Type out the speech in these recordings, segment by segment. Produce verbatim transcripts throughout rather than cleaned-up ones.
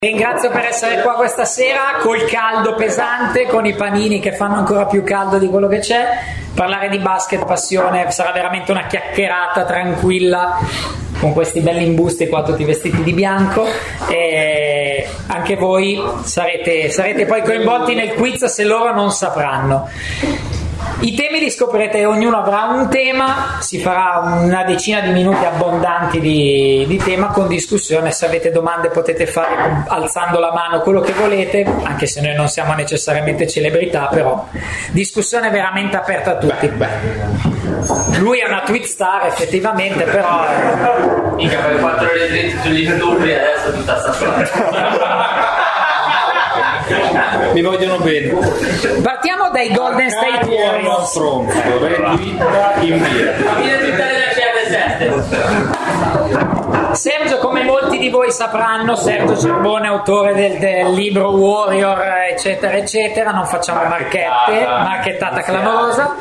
Ringrazio per essere qua questa sera col caldo pesante, con i panini che fanno ancora più caldo di quello che c'è. Parlare di basket, passione, sarà veramente una chiacchierata tranquilla con questi belli imbusti qua tutti vestiti di bianco, e anche voi sarete, sarete poi coinvolti nel quiz se loro non sapranno. I temi li scoprirete, ognuno avrà un tema, si farà una decina di minuti abbondanti di, di tema con discussione. Se avete domande potete fare alzando la mano quello che volete, anche se noi non siamo necessariamente celebrità, però discussione veramente aperta a tutti. Beh, beh. Lui è una tweet star effettivamente, però mica per quattro ore e trenta sugli stupri adesso è tutta sta storia. Mi vogliono bene. Partiamo dai Golden State Warriors. Sergio, come molti di voi sapranno, Sergio Cerbone, autore del, del libro Warrior, eccetera eccetera, non facciamo marchette, marchettata clamorosa.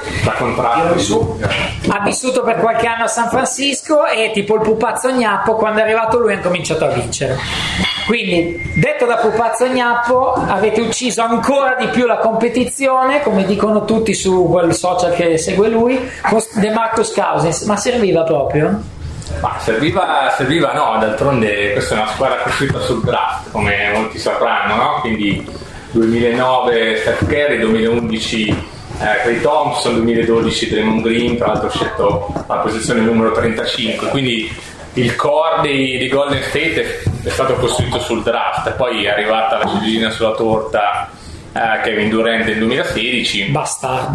Ha vissuto per qualche anno a San Francisco e tipo il pupazzo gnappo, quando è arrivato lui ha cominciato a vincere. Quindi, detto da pupazzo gnappo, avete ucciso ancora di più la competizione, come dicono tutti su quel social che segue lui, con DeMarcus Cousins. Ma serviva proprio? Ma serviva, serviva no, d'altronde questa è una squadra costruita sul draft, come molti sapranno, no? Quindi duemilanove Steph Curry, duemilaundici eh, Klay Thompson, duemiladodici Draymond Green, tra l'altro scelto alla posizione numero trentacinque, quindi il core dei, dei Golden State è, è stato costruito sul draft, e poi è arrivata la ciliegina sulla torta eh, Kevin Durant nel duemilasedici, bastardo,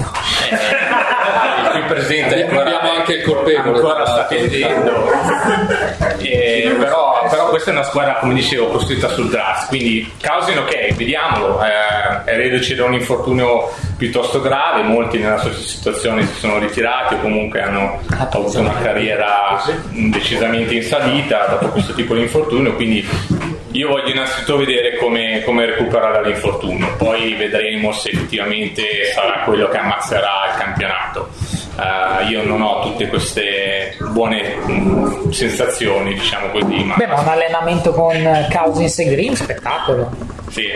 eh, il cui presente è ancora, anche il colpevole, ancora sta pendendo, eh, però, però questa è una squadra, come dicevo, costruita sul draft, quindi Cousins ok, vediamolo, eh, è reduce da un infortunio piuttosto grave, molti nella sua situazione si sono ritirati o comunque hanno avuto una carriera decisamente in salita dopo questo tipo di infortunio, quindi io voglio innanzitutto vedere come, come recuperare dall'infortunio, poi vedremo se effettivamente sarà quello che ammazzerà il campionato. Uh, io non ho tutte queste buone mh, sensazioni, diciamo così. Ma... Beh, ma un allenamento con Cousins e Green, spettacolo. Sì,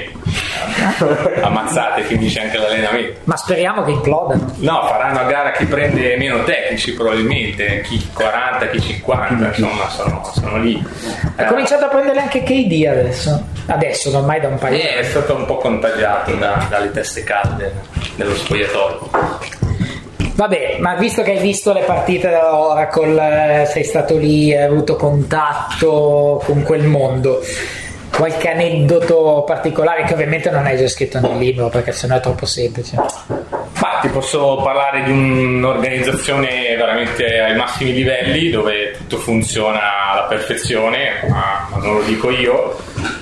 ammazzate, finisce anche l'allenamento. Ma speriamo che implodano. No, faranno a gara chi prende meno tecnici probabilmente, chi quaranta, chi cinquanta, insomma sono, sono lì. Ha uh, cominciato a prendere anche K D adesso, adesso ormai da un paio di anni. È stato un po' contagiato da, dalle teste calde dello spogliatoio. Vabbè, ma visto che hai visto le partite dell'Oracle, sei stato lì, hai avuto contatto con quel mondo, qualche aneddoto particolare che ovviamente non hai già scritto nel libro perché sennò è troppo semplice? Ma ti posso parlare di un'organizzazione veramente ai massimi livelli dove tutto funziona alla perfezione, ma non lo dico io.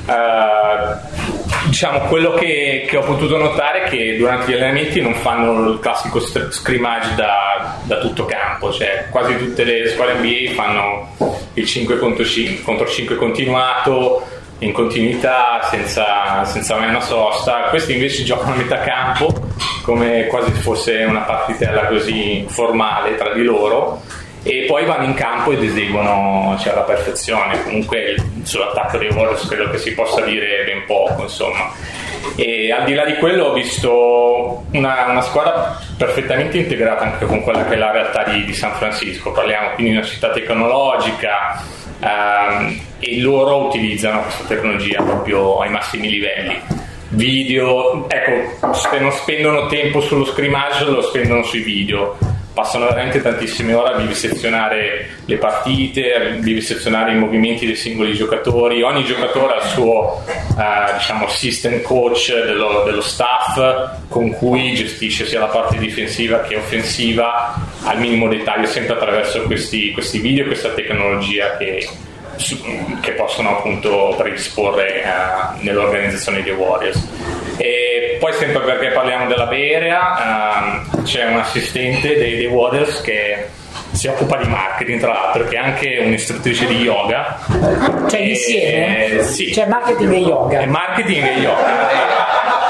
Uh, diciamo quello che, che ho potuto notare è che durante gli allenamenti non fanno il classico scrimmage da, da tutto campo, cioè quasi tutte le squadre N B A fanno il cinque contro cinque continuato in continuità senza, senza mai una sosta. Questi invece giocano a metà campo come quasi fosse una partitella così formale tra di loro, e poi vanno in campo ed eseguono, cioè, alla perfezione. Comunque sull'attacco dei Warriors credo che si possa dire ben poco, insomma. E al di là di quello ho visto una, una squadra perfettamente integrata anche con quella che è la realtà di, di San Francisco. Parliamo quindi di una città tecnologica, ehm, e loro utilizzano questa tecnologia proprio ai massimi livelli. Video, ecco, se non spendono tempo sullo scrimmage lo spendono sui video, passano veramente tantissime ore a vivisezionare le partite, a vivisezionare i movimenti dei singoli giocatori. Ogni giocatore ha il suo eh, diciamo assistant coach dello, dello staff con cui gestisce sia la parte difensiva che offensiva al minimo dettaglio, sempre attraverso questi, questi video e questa tecnologia che, che possono appunto predisporre eh, nell'organizzazione dei Warriors. E poi, sempre perché parliamo della Bay Area, ehm, c'è un assistente dei, dei Warriors che si occupa di marketing, tra l'altro, che è anche un'istruttrice di yoga. Cioè insieme? Eh, sì. Cioè marketing e yoga. È marketing e yoga.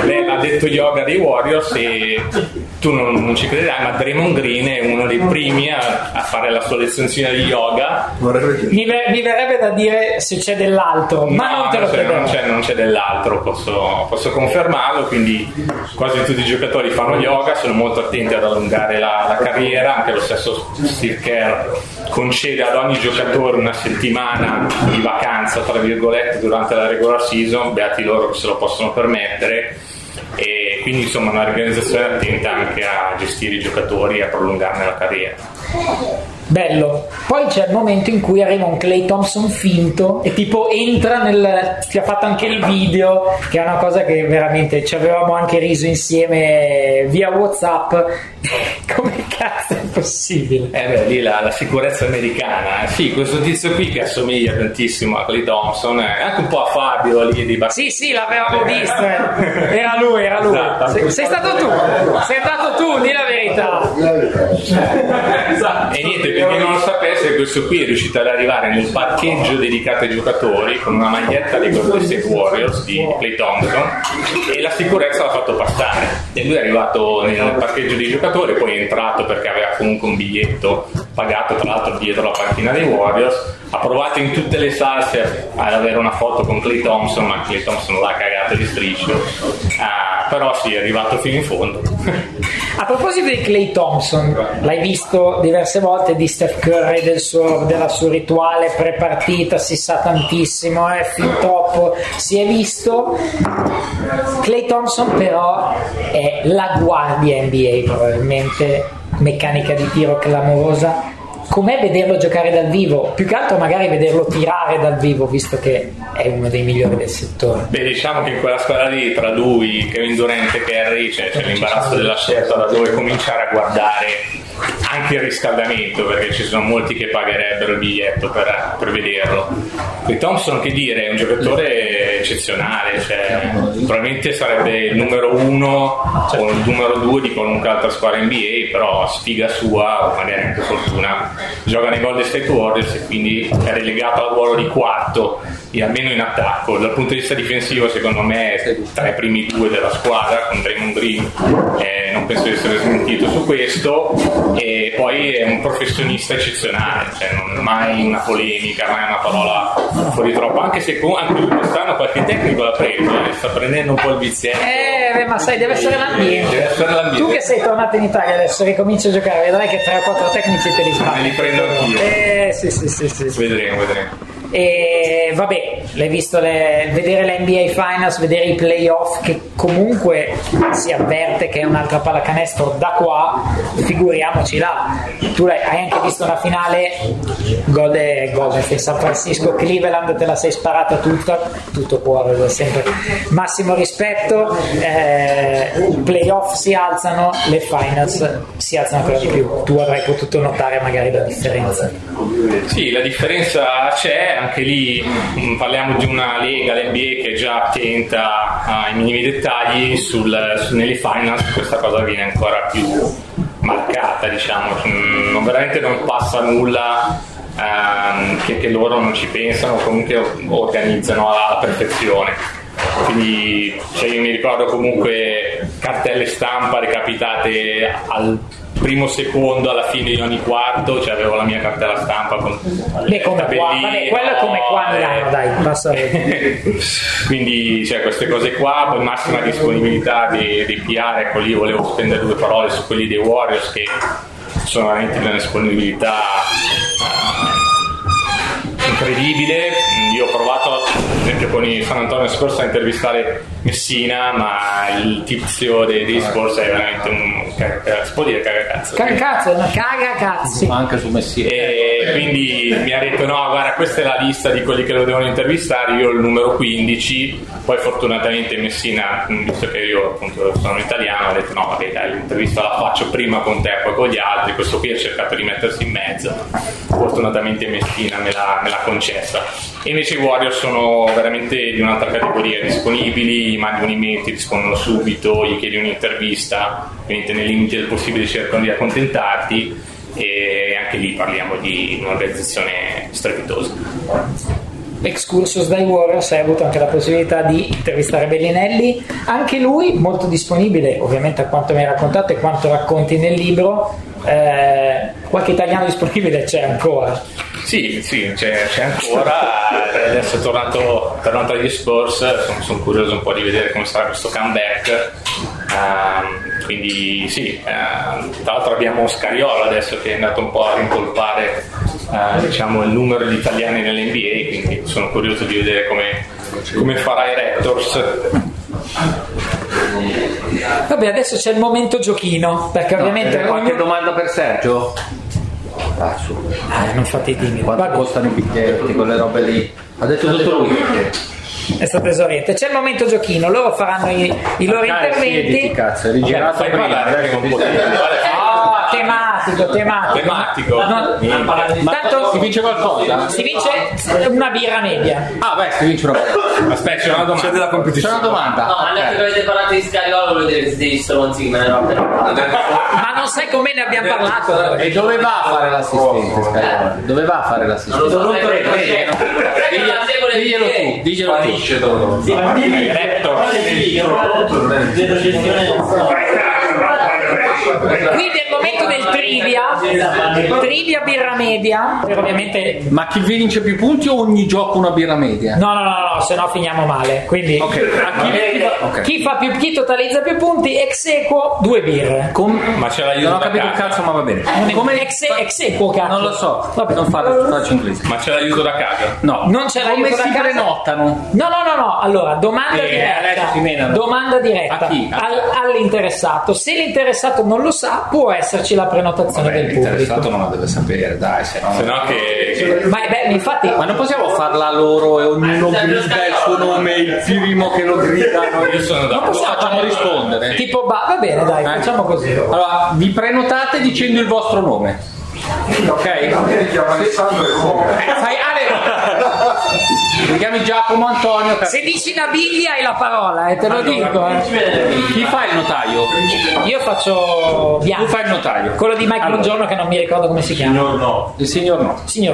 lei l'ha detto yoga dei Warriors e tu non, non ci crederai, ma Draymond Green è uno dei primi a, a fare la sua lezioncina di yoga. Mi, ver- mi verrebbe da dire se c'è dell'altro, ma no, non te lo c'è, crederò. non, c'è, non c'è dell'altro, posso, posso confermarlo, quindi quasi tutti i giocatori fanno yoga, sono molto attenti ad allungare la, la carriera, anche lo stesso Steve Kerr concede ad ogni giocatore una settimana di vacanza tra virgolette durante la regular season, beati loro che se lo possono permettere, e quindi insomma un'organizzazione attenta anche a gestire i giocatori e a prolungarne la carriera. Bello. Poi c'è il momento in cui arriva un Klay Thompson finto e tipo entra nel... ti ha fatto anche il video, che è una cosa che veramente ci avevamo anche riso insieme via WhatsApp. Come cazzo è possibile? Eh beh, lì la, la sicurezza americana. Sì, questo tizio qui che assomiglia tantissimo a Klay Thompson, è anche un po' a Fabio lì di Bas- Sì, sì, l'avevamo visto, eh. Era lui, era lui. Esatto. Sei, sei stato tu, sei stato tu, di la verità. Esatto. E niente, per chi non lo sapesse, questo qui è riuscito ad arrivare nel parcheggio dedicato ai giocatori con una maglietta dei Golden State Warriors di Klay Thompson e la sicurezza l'ha fatto passare. E lui è arrivato nel parcheggio dei giocatori, poi è entrato perché aveva comunque un biglietto pagato, tra l'altro dietro la panchina dei Warriors. Ha provato in tutte le salse ad avere una foto con Klay Thompson, ma Klay Thompson l'ha cagato di striscio. Uh, però sì, è arrivato fino in fondo. A proposito di Klay Thompson, l'hai visto diverse volte di Steph Curry, del suo, della sua rituale pre-partita, si sa tantissimo, è fin troppo, si è visto. Klay Thompson però è la guardia N B A, probabilmente meccanica di tiro clamorosa. Com'è vederlo giocare dal vivo? Più che altro magari vederlo tirare dal vivo, visto che è uno dei migliori del settore. Beh, diciamo che in quella squadra lì, tra lui, Kevin Durant e Curry, c'è, c'è l'imbarazzo della scelta da dove cominciare a guardare anche il riscaldamento, perché ci sono molti che pagherebbero il biglietto per, per vederlo. Klay Thompson, che dire, è un giocatore eccezionale, cioè, probabilmente sarebbe il numero uno o il numero due di qualunque altra squadra N B A, però sfiga sua o magari anche fortuna gioca nei Golden State Warriors e quindi è relegato al ruolo di quarto e almeno in attacco. Dal punto di vista difensivo secondo me è tra i primi due della squadra con Draymond Green, eh, non penso di essere smentito su questo, e poi è un professionista eccezionale, cioè non mai una polemica, mai una parola fuori troppo, anche se anche lui quest'anno qualche tecnico l'ha preso, eh, sta prendendo un po' il vizietto. Eh, beh, ma sai, deve essere l'ambiente. Deve essere l'ambiente. Tu che sei tornato in Italia adesso ricominci a giocare, vedrai che tre o quattro tecnici te li sbagli. Me li prendo anch'io. Eh, sì, sì, sì, sì, sì. Vedremo, vedremo. E vabbè, l'hai visto le, vedere l'N B A Finals, vedere i playoff, che comunque si avverte che è un'altra pallacanestro da qua, figuriamoci là. Tu hai anche visto una finale Golden Golden State San Francisco Cleveland, te la sei sparata tutta, tutto cuore, sempre massimo rispetto. Eh, i playoff si alzano, le finals si alzano ancora di più. Tu avrai potuto notare magari la differenza. Sì, la differenza c'è. Anche lì mh, parliamo di una lega, l'N B A, che è già attenta ai minimi dettagli, sul, su, nelle finals questa cosa viene ancora più marcata, diciamo, mh, non, veramente non passa nulla ehm, che, che loro non ci pensano, comunque organizzano alla perfezione. Quindi cioè, io mi ricordo comunque cartelle stampa recapitate al primo secondo alla fine di ogni quarto, cioè avevo la mia cartella stampa con Beh, come qua, vabbè, quello è come qua a Milano, dai, passa. Quindi cioè, queste cose qua, poi massima disponibilità dei, dei P R, ecco lì volevo spendere due parole su quelli dei Warriors, che sono veramente di una disponibilità uh, incredibile. Io ho provato ad esempio con i San Antonio Spurs a intervistare Messina, ma il tizio dei, dei Spurs è veramente un caga, si può dire cagacazzo? Cagacazzo, una cagacazzi. Anche su Messina. E quindi mi ha detto no, guarda, questa è la lista di quelli che lo devono intervistare, io ho il numero quindici. Poi fortunatamente Messina, visto che io appunto sono italiano, ha detto no vabbè dai, l'intervista la faccio prima con te poi con gli altri. Questo qui ha cercato di mettersi in mezzo, fortunatamente Messina me l'ha, me l'ha concessa. E invece i Warriors sono veramente di un'altra categoria, disponibili, mandi un'email, ti rispondono subito, gli chiedi un'intervista, quindi nei limiti del possibile cercano di accontentarti, e anche lì parliamo di un'organizzazione strepitosa. excursus dai Warriors, hai avuto anche la possibilità di intervistare Bellinelli, anche lui molto disponibile, ovviamente a quanto mi hai raccontato e quanto racconti nel libro. Eh, qualche italiano disponibile c'è ancora? Sì, sì, c'è, c'è ancora. Adesso è tornato, tornato agli Spurs, sono, sono curioso un po' di vedere come sarà questo comeback. Uh, quindi sì, uh, tra l'altro abbiamo Scariolo adesso che è andato un po' a rimpolpare uh, diciamo, il numero di italiani nell'N B A, quindi sono curioso di vedere come, come farà i Raptors. Vabbè, adesso c'è il momento giochino, perché no, ovviamente eh, qualche ognuno... domanda per Sergio? Ah, su. Ah, non fate i timidi. Quanto Vabbè. Costano i biglietti, quelle robe lì? Ha detto tutto lui. È stato esauriente. C'è il momento giochino, loro faranno i, i loro Ah, interventi. Siediti, cazzo, è rigirato Fai prima. parlare che non può dire. Oh, tematico, tematico. Tematico. Non- Ma tanto si vince qualcosa? si vince una birra media. Ah, beh, si vince una volta. Aspetta, c'è una domanda. C'è della C'è competizione. una domanda. No, ma neanche che avete parlato di Scariolo, volevo dire che siete gli stronzi che me ne eravate. Ma non sai come ne abbiamo parlato. E dove va a fare l'assistente? Scariolo? Dove va a fare Non lo l'assistente? so, Non sai prego, perché- diglielo. sai che non seguo le Diglielo N B A. tu, diglielo tu. Sì, Quindi è il momento del trivia. Trivia birra media. Per ovviamente. Ma chi vince più punti o ogni gioco una birra media? No, no, no, no, se no finiamo male. Quindi Ok, a chi, chi fa- ok. chi fa più, chi totalizza più punti, ex equo due birre. Com- Ma c'è l'aiuto non ho da capito un casa. cazzo, ma va bene. Come ex, ex equo, cazzo. Non lo so, Vabbè. non fare, faccio inglese. Ma c'è l'aiuto da casa? No, Non c'è come l'aiuto da si casa? prenotano? No, no, no, no. Allora, domanda Eh, diretta. adesso si menano. Domanda diretta A chi? A- al- all'interessato. Se l'interessato non lo sa, può esserci la prenotazione Vabbè, del l'interessato pubblico. non la deve sapere, dai, se no. Se no che... Ma beh, infatti, Ma non possiamo farla loro e ognuno grida il suo nome, il primo che lo grida, noi Io sono lo d'accordo. facciamo rispondere. tipo, ba- va bene, dai, Eh. facciamo così. Allora, vi prenotate dicendo il vostro nome. Ok? Eh, Fai Ale. Ti chiami Giacomo Antonio. cazzo. Se dici Nabiglia hai la parola, eh, te lo dico. eh. Chi fa il notaio? Io faccio Tu bianco. fai il notaio. Quello di Mike Allora, Buongiorno che non mi ricordo come si chiama. il signor no. Signor.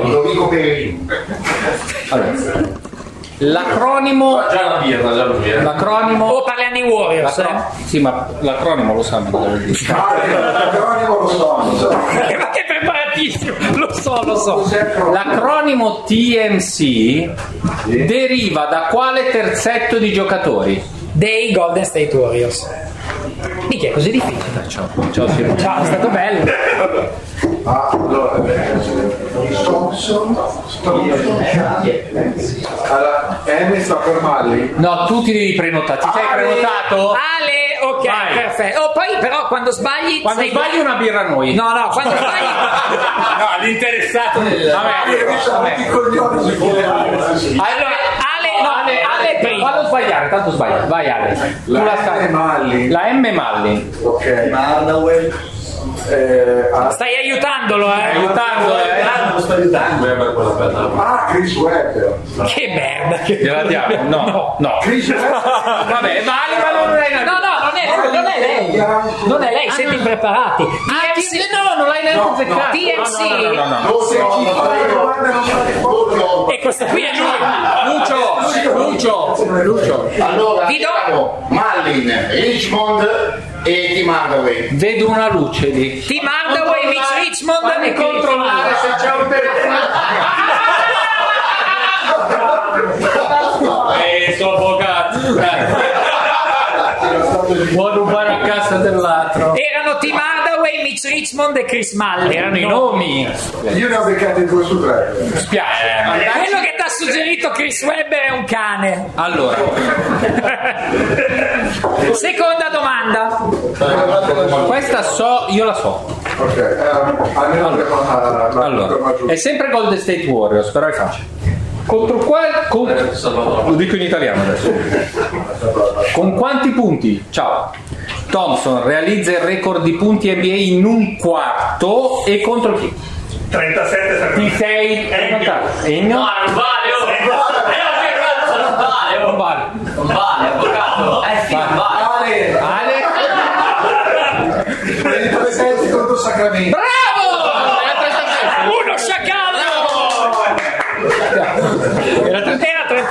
Allora, l'acronimo. Già la birra, già la birra. L'acronimo. O parliamo di Warriors, eh? L'acro- Sì, ma l'acronimo lo sanno cosa vuol dire. Eh, Ma che preparatissimo! Lo so, lo so. L'acronimo T M C deriva da quale terzetto di giocatori? Dei Golden State Warriors. Mica è così difficile. Ciao, ciao Siro. Ciao, è stato bello. Allora, Thompson, allora, M sta per Malli. No, tu ti devi prenotare. Ti sei Ale. prenotato? Ale, ok, Vai. perfetto. Oh, poi però quando sbagli. Quando sei- sbagli una birra a noi. No, no, quando sbagli. No, l'interessato del... Vabbè, vabbè. I coglioni si può. Allora, Ale, no, Ale, Ale prima. Fallo sbagliare, tanto sbaglia. Vai Ale. Tu La sai. M Malli. La M Malli. Ok. Hardaway. Eh, ah, Stai aiutandolo, eh. Aiutando, eh. ah, Chris Webber. Che merda. Che... Gliela diamo? No, no. Chris Webber. Vabbè, Mali, ma non è una... No, no, non è, non è lei. Non è lei, siete impreparati. Ah, T M C. ti- no, non l'hai neanche azzeccato. T M C. No, no, no, no, no. Se chi fa le domande non fa risposta. E questa qui è lui. Lucio, Lucio, Lucio. Allora, Ti do- abbiamo Mallin, Richmond e Tim Hardaway. Vedo una luce lì. Team Hardaway, Mitch Richmond Fammi e Chris controllare Paul. se c'è un telefono. Eh, sono avvocato. Vuoi rubare a casa dell'altro? Erano Team Hardaway, Mitch Richmond e Chris Mullin. Erano i nomi. Io ne ho beccati due su tre. Spiace. Quello che ti ha suggerito Chris Webber è un cane. Allora, Seconda domanda. questa so, io la so. Ok, eh, almeno abbiamo la, la Allora, ferma giusta. è sempre Golden State Warriors, però è facile. Contro quale. Con, lo dico in italiano adesso. Con quanti punti? Ciao. Thompson realizza il record di punti N B A in un quarto e contro chi? trentasette Ti secondi. sei prenotato? Egno? No, non vale, oh. Eh, oh, che cazzo, non vale, oh. Non vale. Non vale, avvocato. Eh sì, non vale. Ale? Prendi presenti contro Sacramento. Bravo! Uno sciacallo! Era E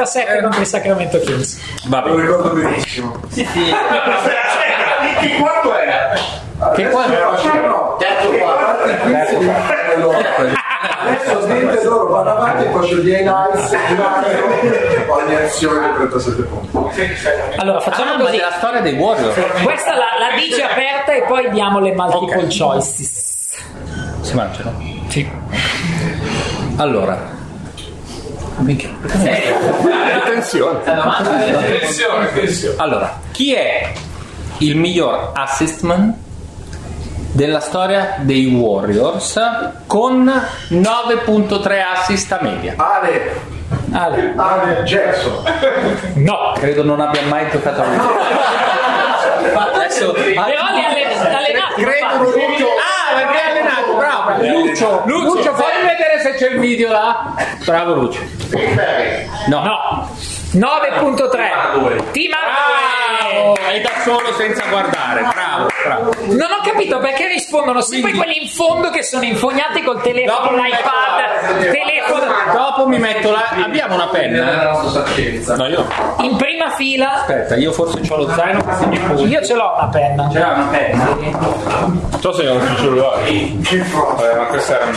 novantasette contro i Sacramento Kings. Va Lo bene. ricordo benissimo. Sì, sì. Che quarto era? Che quarto? No, Terzo quarto. adesso niente loro vanno avanti e faccio gli highlights ogni azione trentasette punti. Allora facciamo Ah, ma così. è la storia dei Warriors. Questa la, la dice aperta e poi diamo le multiple Ok. choices. Si mangiano? Sì. Allora. Minchia. Attenzione. Attenzione, attenzione. Allora, chi è il miglior assist man della storia dei Warriors con nove virgola tre assist a media? Ale, Ale. Ale Jackson. No. Credo non abbia mai giocato a lui. Adesso Però li ha allen- allenato. credo Lucio. Ah, perché è allenato, bravo. Lucio, Lucio, Lucio, fammi vedere se c'è il video là. Bravo Lucio. No. No. nove virgola tre. Team Bravo, Hardaway. è da solo senza guardare. Bravo, bravo. Non ho capito perché rispondono sempre Quindi- quelli in fondo che sono infognati col telefono, Dopo mi metto l'iPad, la- telefono. Dopo mi metto la. Abbiamo una penna? No, io no. In prima fila. Aspetta, io forse ho lo zaino che segno i punti. Io ce l'ho una penna. C'era una penna. Non so se non ci cellulare. Eh, ma questo era un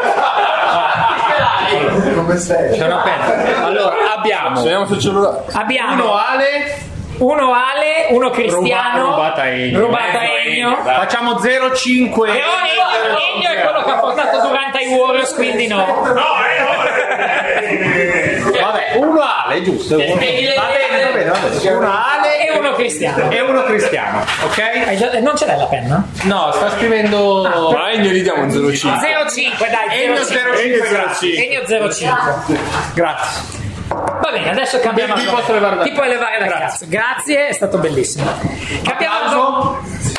Come stai? C'è una penna. Allora, abbiamo Segniamo sul cellulare. Abbiamo uno Ale, uno Ale, uno Cristiano. rubata a Ennio. Rubata a Ennio. Facciamo zero virgola cinque. Però Ennio, Ennio è quello che ha portato Durant ai Warriors, quindi no. Vabbè, uno Ale, giusto? Uno. Va bene, va bene, va bene. Uno Ale E uno Cristiano. e uno Cristiano, ok? Hai già- non ce l'hai la penna? No, sta scrivendo. Ma Ennio gli diamo un zero virgola cinque. zero virgola cinque, dai. Ennio zero virgola cinque. zero virgola cinque. Ennio zero virgola cinque. Grazie. Va bene, adesso cambiamo. Mi- mi posso levare da Ti puoi levare dal Grazie. cazzo. Grazie, è stato bellissimo. Cambiamo. Applauso.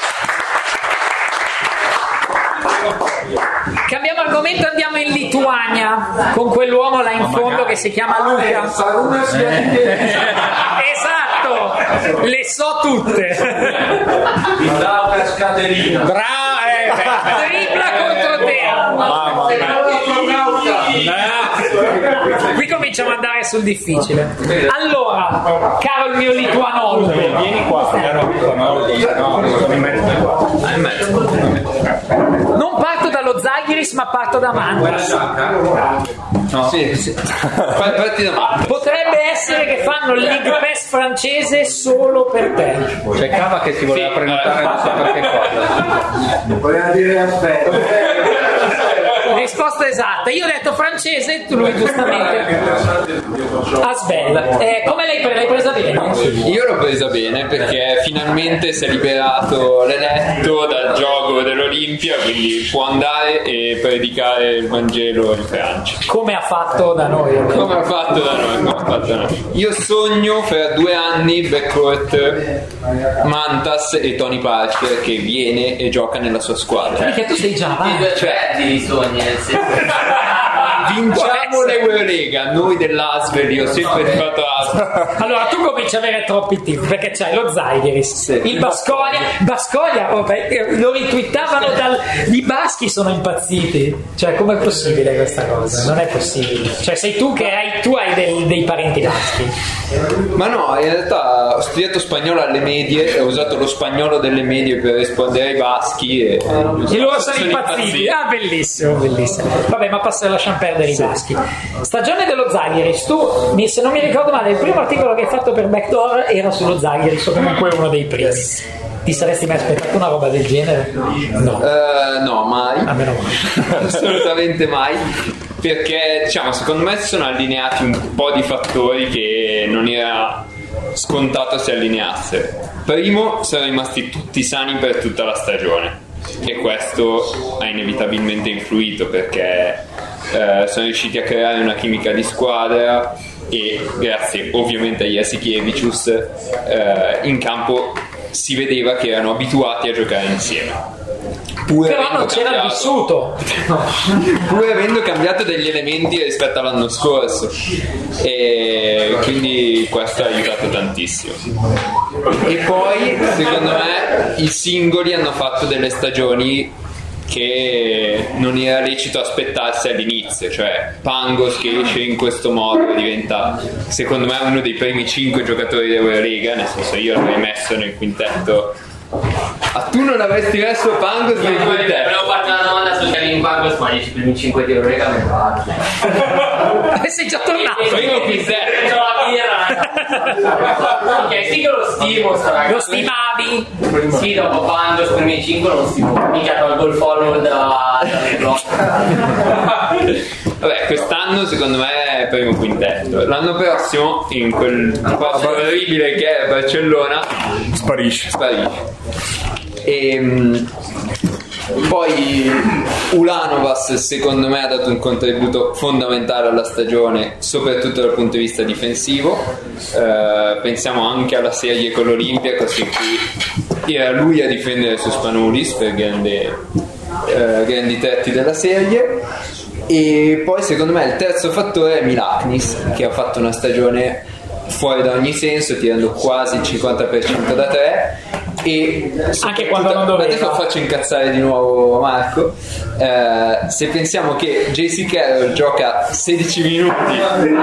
Cambiamo argomento, andiamo in Lituania con quell'uomo là in fondo che si chiama Luca. Saruna sia di te. Esatto, le so tutte. Da per Scaterina. Bravo, eh, beh. Tripla contro te. Mamma mia. Qui cominciamo ad andare sul difficile. Allora, caro il mio lituanolo, Vieni qua. No, no, sono in mezzo qua. Ah, in mezzo. non parto dallo Zaghiris ma parto da Mantas. No. Sì, sì. Fai parti da me. Potrebbe essere che fanno il League Pass francese solo per te. C'è Cava che si voleva prenotare, non so perché cosa. Voleva dire aspetta. Risposta esatta. Io ho detto francese, tu lui giustamente. Asbel. Eh, come l'hai, pre- l'hai presa bene? Io l'ho presa bene perché finalmente si è liberato l'eletto dal gioco dell'Olimpia, quindi può andare e predicare il Vangelo in Francia. Come ha fatto da noi? Come ha fatto da noi, come ha fatto da noi. Io sogno fra due anni backcourt Mantas e Tony Parker che viene e gioca nella sua squadra. Perché tu sei già avanti. Cioè, di sogni, nel senso. vinciamo l'Eurolega, noi dell'Asvel, io ho sempre fatto Asvel. Allora tu cominci a avere troppi tip perché c'hai lo Zaigeris, il Basconia, Basconia oh, beh, lo ritwittavano dal, i baschi sono impazziti, cioè com'è possibile questa cosa? Non è possibile, cioè sei tu che hai tu hai dei, dei parenti baschi. Ma no, in realtà ho studiato spagnolo alle medie e ho usato lo spagnolo delle medie per rispondere ai baschi e, E loro sono impazziti. Ah, bellissimo, bellissimo. Vabbè, ma passa, lasciamo perdere i baschi. Stagione dello Zaghiris. Tu, mi- se non mi ricordo male, il primo articolo che hai fatto per Backdoor era sullo Zaghiris, o comunque uno dei primi. Ti saresti mai aspettato una roba del genere? No. Eh, no, mai. A meno male. Assolutamente mai. Perché, diciamo, secondo me si sono allineati un po' di fattori che non era scontato si allineassero. Primo, sono rimasti tutti sani per tutta la stagione. E questo ha inevitabilmente influito perché eh, sono riusciti a creare una chimica di squadra e grazie ovviamente a Jasikevičius eh, in campo si vedeva che erano abituati a giocare insieme. Pur Però avendo non c'era cambiato- vissuto. pur avendo cambiato degli elementi rispetto all'anno scorso, e quindi questo ha aiutato tantissimo. E poi secondo me i singoli hanno fatto delle stagioni che non era lecito aspettarsi all'inizio, cioè Pangos che esce in questo modo diventa secondo me uno dei primi cinque giocatori dell'Eurolega, nel senso io l'avrei messo nel quintetto. Ah, tu non avresti messo Pangos nel quintetto? Volevo farti una domanda su Kevin Pangos, ma i primi cinque di Eurolega me ne vado. E sei già tornato. Primo quintetto. Ok, sì che lo stimo sta ragazzo. Lo stimavi? Sì, dopo Pangos primi cinque non lo stimo. Mica tolgo il follow da blog. Vabbè, quest'anno secondo me è primo quintetto. L'anno prossimo, in quel posto orribile che è Barcellona, Sparisce. sparisce. E mh, poi Ulanovas secondo me ha dato un contributo fondamentale alla stagione, soprattutto dal punto di vista difensivo. Eh, pensiamo anche alla serie con l'Olympiacos in cui era lui a difendere su Spanulis per grande, eh, grandi tratti della serie. E poi secondo me il terzo fattore è Milaknis, che ha fatto una stagione fuori da ogni senso, tirando quasi il cinquanta per cento da tre, e anche quando non doveva. Adesso faccio incazzare di nuovo Marco. Eh, se pensiamo che J C Carroll gioca sedici minuti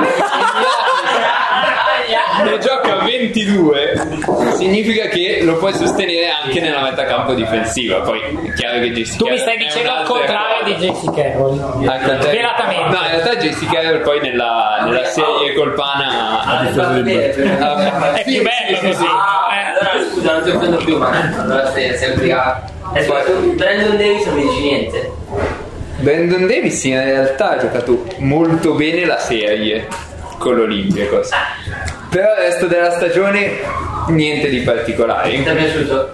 ne gioca ventidue, significa che lo puoi sostenere anche nella metacampo difensiva. Poi è chiaro che J C Tu mi Carroll stai dicendo al contrario di J C Carroll. Velatamente. No, in realtà J C Carroll poi nella, nella serie col Pana ha difeso di È Sì, più bello sì, così. sì, sì. Ah, allora scusa, non ti offendo più, ma allora sei sempre a... Eh, tu Brandon Davis non mi dici niente. Brandon Davis in realtà ha giocato molto bene la serie con l'Olympiacos, però il resto della stagione niente di particolare. Ti è piaciuto?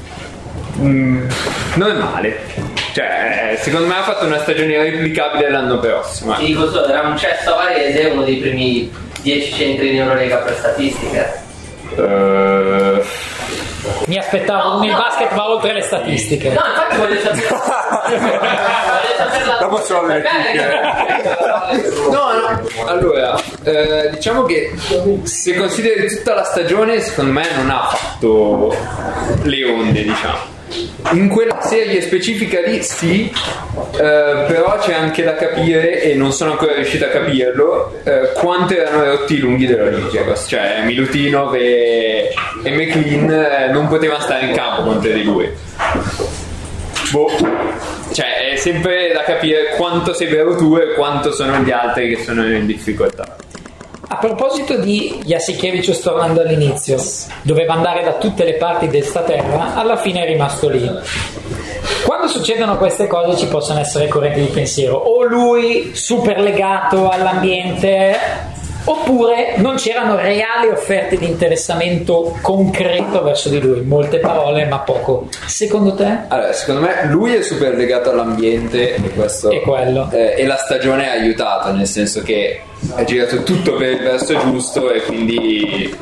Mm, non è male, cioè secondo me ha fatto una stagione replicabile l'anno prossimo. Ti dico solo, era un cesso a Varese, uno dei primi dieci centri in Eurolega per statistiche. Uh, Mi aspettavo, il basket va oltre le statistiche. No, infatti voglio sapere. voglio sapere la... Dopo sono le no, no. Allora, eh, diciamo che se consideri tutta la stagione, secondo me non ha fatto le onde, diciamo. In quella serie specifica lì sì, eh, però c'è anche da capire, e non sono ancora riuscito a capirlo, eh, quanto erano rotti i lunghi dell'Olympiacos. Cioè Milutinov e, e McLean eh, non potevano stare in campo contro di lui. Boh, cioè è sempre da capire quanto sei vero tu e quanto sono gli altri che sono in difficoltà. A proposito di Jasikevičius, tornando all'inizio, doveva andare da tutte le parti del staterra, alla fine è rimasto lì. Quando succedono queste cose ci possono essere correnti di pensiero, o lui super legato all'ambiente, oppure non c'erano reali offerte di interessamento concreto verso di lui. Molte parole ma poco. Secondo te? Allora, secondo me lui è super legato all'ambiente e questo E quello. eh, e la stagione ha aiutato, nel senso che ha girato tutto per il verso giusto, e quindi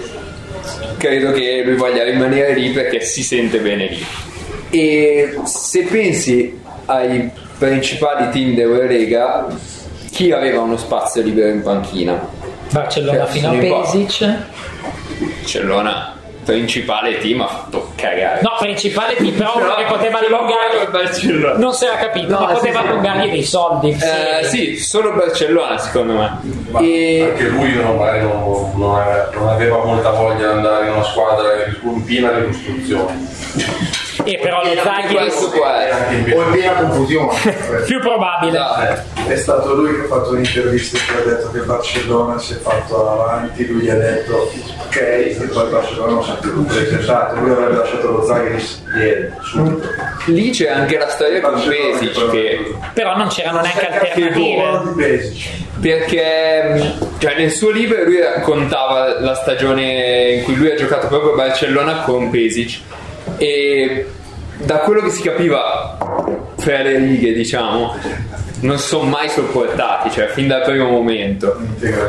credo che lui voglia rimanere lì perché si sente bene lì. E se pensi ai principali team dell'Eurolega, chi aveva uno spazio libero in panchina? Barcellona Cioè, fino a sono in Pesic. Barcellona, principale team, ha fatto cagare. No, principale team, però uno che poteva il allungargli. Barcellona. Non si era capito, No, ma sì, poteva sì. allungargli dei soldi. Eh, sì, solo Barcellona secondo me. Ma E anche lui non, magari non, non aveva, non aveva molta voglia di andare in una squadra in piena ricostruzione. E però lo Zaghi questo può essere. O in piena confusione. più probabile. No. È stato lui che ha fatto un'intervista e ha detto che Barcellona si è fatto avanti, lui gli ha detto ok, e poi Barcellona non si è più presentato, lui avrebbe lasciato lo Zagris ieri, subito. Lì c'è anche la storia con Barcellona Pesic, che Però non c'erano neanche Quello alternative. di Pesic. perché cioè, nel suo libro lui raccontava la stagione in cui lui ha giocato proprio a Barcellona con Pesic, e da quello che si capiva fra le righe, diciamo, non sono mai sopportati, cioè fin dal primo momento.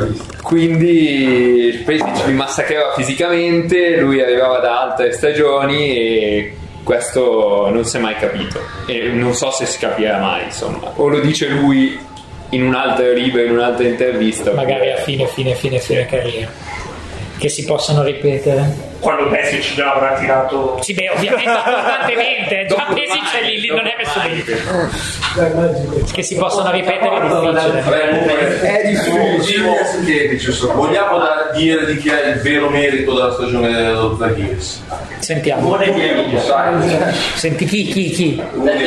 Quindi Pesic li massacrava fisicamente, lui arrivava da altre stagioni e questo non si è mai capito, e non so se si capirà mai, insomma. O lo dice lui in un altro libro, in un'altra intervista, Magari a fine, fine, fine, fine carriera. Che si possano ripetere. quando Pesic già avrà tirato. Sì, beh, ovviamente costantemente, già Pesic è lì, lì non è messo bene. Che si possono ripetere è difficile. È difficile. Vogliamo da- dire di chi ha il vero merito della stagione dello Zaghiris? Sentiamo. Senti chi, chi, chi?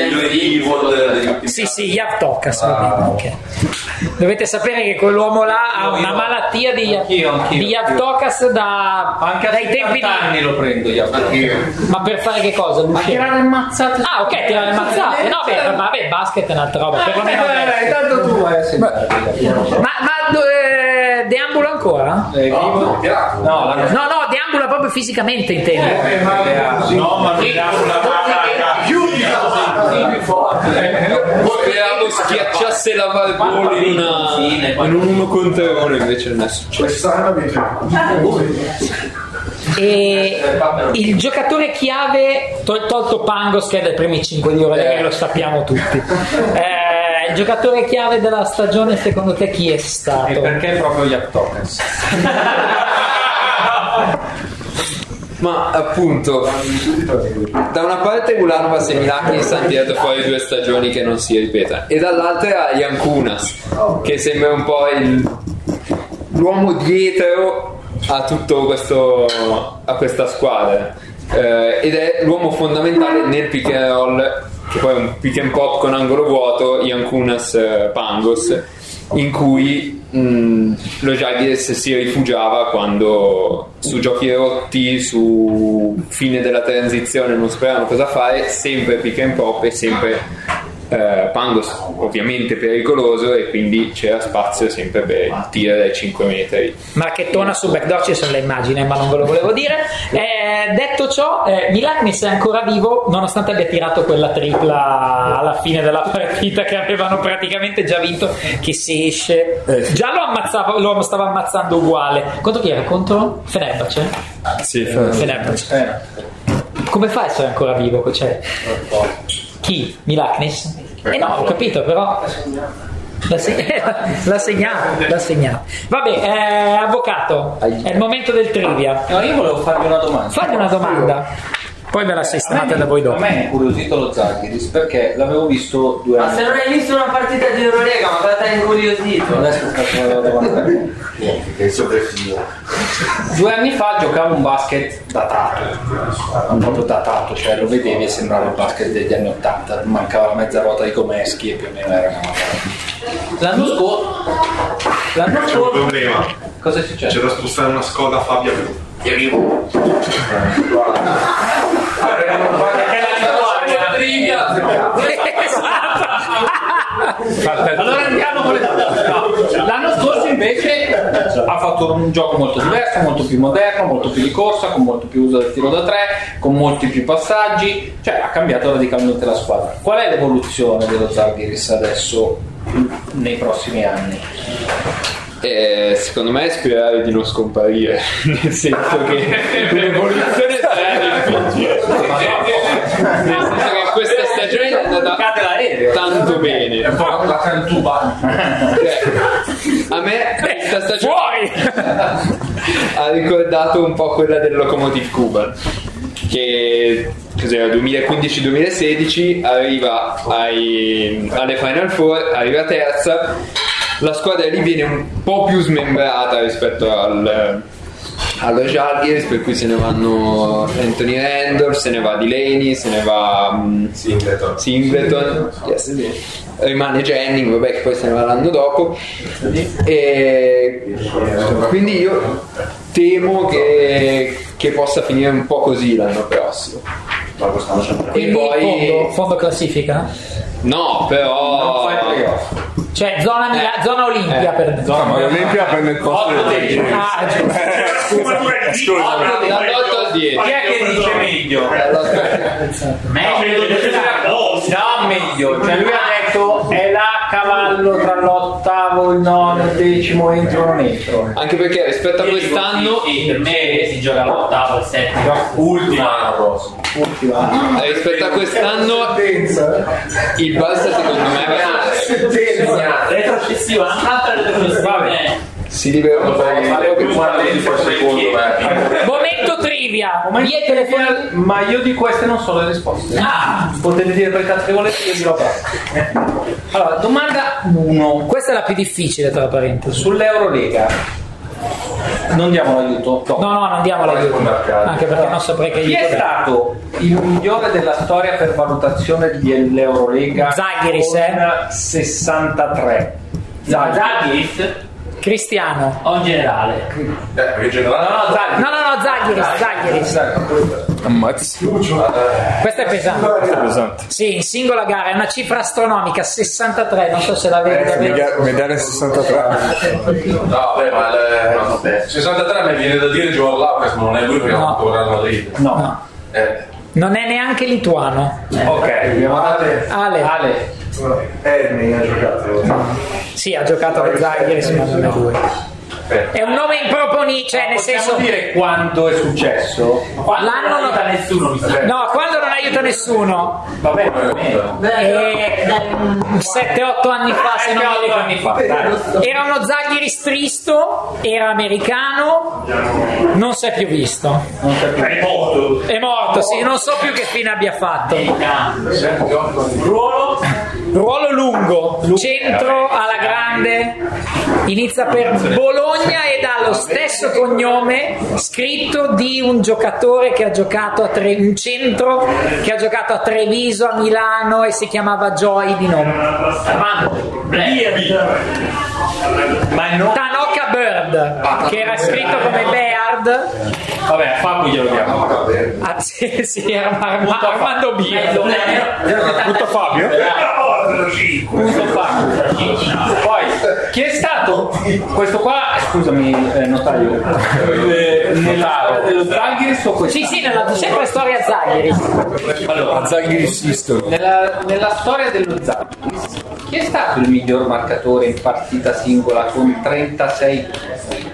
Sì, sì, Jav Tokas, va bene, ok. Dovete sapere che quell'uomo là ha una malattia di, Anch'io, anch'io. di Jav Tokas da, Anche a dai tempi di... anni lo prendo io. Ma per fare che cosa? Ma L'uscita? tirare le mazzate. Ah, ok, tirare le mazzate. No, beh, vabbè, basket è un'altra roba. Perlomeno Eh, intanto tu vai a sentire. Ma, ma eh, deambulo ancora? Eh, vivo? No, la No, no, deambula proprio fisicamente intendo. No, ma non diamo la Speravo schiacciasse la Valpone in, una, in un uno contro uno, invece non è successo. Quest'anno E il giocatore chiave, tol- tolto Pangos che è dai primi cinque di ora, lo sappiamo tutti. Eh, il giocatore chiave della stagione secondo te chi è stato? E perché proprio Jav Tokas? Ma appunto, da una parte Ulanova e Milakis hanno tirato fuori due stagioni che non si ripetano, e dall'altra Yankunas, che sembra un po' il, l'uomo dietro a tutto questo, a questa squadra, eh, ed è l'uomo fondamentale nel pick and roll, che poi è un pick and pop con angolo vuoto, Yankunas eh, Pangos, in cui mh, lo Žalgiris si rifugiava quando su giochi rotti, su fine della transizione non sapevano cosa fare, sempre pick and pop e sempre eh, Pangos ovviamente pericoloso, e quindi c'era spazio sempre per il tiro dai cinque metri. Marchettona su backdoor, ci sono le immagini ma non ve lo volevo dire. Eh, detto ciò, eh, Milaknis è ancora vivo nonostante abbia tirato quella tripla alla fine della partita che avevano praticamente già vinto, che se esce già lo ammazzava, lo stava ammazzando uguale. Contro chi era? Contro Fenerbahce? Sì, Fenerbahce. Come fa a essere ancora vivo? Cioè, chi? Milaknis? Eh no, ho capito, però l'ha, se- l'ha segnato, l'ha segnato. Vabbè, eh, avvocato, è il momento del trivia. No, io volevo farvi una domanda. Fagli una domanda, poi ve la sistemate da voi A dopo. me è incuriosito lo Žalgiris perché l'avevo visto due Ma anni se non hai visto una partita di Eurolega, ma cosa ti ha incuriosito? Adesso faccio una domanda. Due anni fa giocavo un basket datato, non proprio datato, cioè lo vedevi e sembrava il basket degli anni ottanta, mancava la mezza ruota di Comeschi e più o meno era una l'anno scorso l'anno C'è un scorso problema, cosa è successo? c'è da spostare una Skoda Fabia Blu. Allora andiamo con le no. L'anno scorso invece ha fatto un gioco molto diverso, molto più moderno, molto più di corsa, con molto più uso del tiro da tre, con molti più passaggi, cioè ha cambiato radicalmente la squadra. Qual è l'evoluzione dello Žalgiris adesso nei prossimi anni? Eh, secondo me è sperare di non scomparire, nel senso che l'evoluzione sarà difficile, nel senso che questa stagione è andata tanto bene. La cantuba. A me questa stagione ha ricordato un po' quella del Lokomotiv Kuban, che cos'era, duemilaquindici duemilasedici, arriva ai, alle Final Four, arriva terza, la squadra lì viene un po' più smembrata rispetto al, allo Žalgiris, per cui se ne vanno Anthony Randolph, se ne va Delaney, se ne va um, Singleton, Singleton yes. Rimane Jennings, vabbè, che poi se ne va l'anno dopo, e quindi io temo che, che possa finire un po' così l'anno prossimo. Quindi poi fondo, fondo classifica? no, però Cioè zona, Mila- zona Olimpia, Eh, per No, ma l'Olimpia prende il posto del Ah, giusto. scusami, dall'otto al dieci. Chi è che dice meglio? Meglio No, meglio, cioè lui ha detto è là cavallo tra l'ottavo, il nono, il decimo, entro o non entro. Anche perché rispetto a quest'anno sì, per me si gioca all'ottavo, al settimo, ultima Ultima. eh, rispetto a quest'anno il Barça secondo me va retrocessiva, un'altra retrocessiva. si libera un po'. Secondo me Momento trivia. trivia. Momento Via i trivia, telefoni. ma io di queste non so le risposte. Ah. Potete dire per cazzo che volete, io dirò basta. Allora, domanda uno. Questa è la più difficile, tra parentesi. Sull'Eurolega. Non diamo l'aiuto. No, No, no, non diamo l'aiuto. Anche perché non saprei che Chi è aiuto dare. stato il migliore della storia per valutazione dell'Eurolega? Zaghiris, con eh? sessantatré. Zaghiris Cristiano. o in generale? Eh, perché in generale No, no, Zaghiris. No, no, no, Zaghiris, Zaghiris. Ammazzi. Questa è pesante. Pesante. Sì, in singola gara è una cifra astronomica, sessantatré, non so se la vedi. Media- Medaglia sessantatré. No, beh, ma il sessantatré mi viene da dire Joao Laupes, ma non è lui perché No. ha fatto il Real Madrid. No. No, Eh, non è neanche lituano. Ok, abbiamo Ale, Ale. Ale. Erni ha giocato. Sì, ha giocato alle Zaghiris, ma non è lui. È un nome improponibile, cioè nel Possiamo senso... dire quando è successo? Quando L'anno non non- aiuta nessuno, mi sa. No, quando non aiuta nessuno. Va bene, va bene. sette otto anni fa, se non mi ricordo. anni fa, dai. Era uno Zaghiris tristo, era americano, non si è più visto. È morto. È morto, sì, non so più che fine abbia fatto. Ruolo? Ruolo lungo, centro alla grande, inizia per Bologna ed ha lo stesso cognome scritto di un giocatore che ha giocato a Tre- un centro che ha giocato a Treviso, a Milano e si chiamava Joy di nome. Armando. Ma il nome... Tanaka Bird, che era scritto come Beard. Vabbè, a Fabio glielo diamo. Ah, sì, sì, era Ar- Armando Bird. Tutto Fabio? Punto Fabio. Poi, chi è stato questo qua, scusami, eh, notaio, eh, nella storia dello Zaghiris o questo? Sì, sì, nella, sempre storia Zaghiris. Allora, Zaghiris History. nella, nella storia dello Zaghiris, chi è stato il miglior marcatore in partita singola con trentasei punti?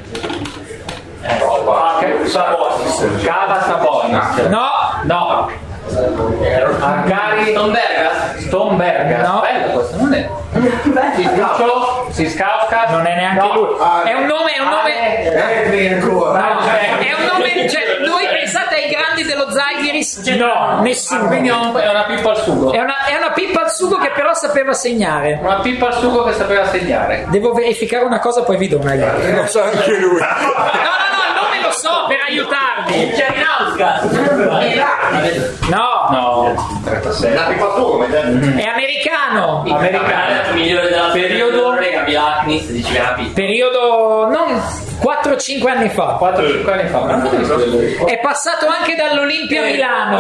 Cava Sabonis. No, No. Magari Stomberga? Stomberga. No. Bello questo, non è? Siscaucas. Siscaucas. non è neanche No. lui. È un nome, è un nome. Erni ancora. No, è un nome, cioè voi pensate ai grandi dello Zaghiris? No, nessuno. Quindi è un- è una pippa al sugo. È una, è una pippa al sugo che però sapeva segnare. Una pippa al sugo che sapeva segnare. Devo verificare una cosa, poi vi do una idea. No, Lo sa anche lui. no, no, il nome lo so per aiutarvi. Cerinauskas. No, No, trentasei. La pipa tu come te? è americano. Americano. Il migliore della Periodo? Lega Bilaknis, dice la pizza. Periodo non quattro cinque anni fa. quattro cinque anni fa. Ma non ho visto le risposte. È passato anche dall'Olimpia Milano.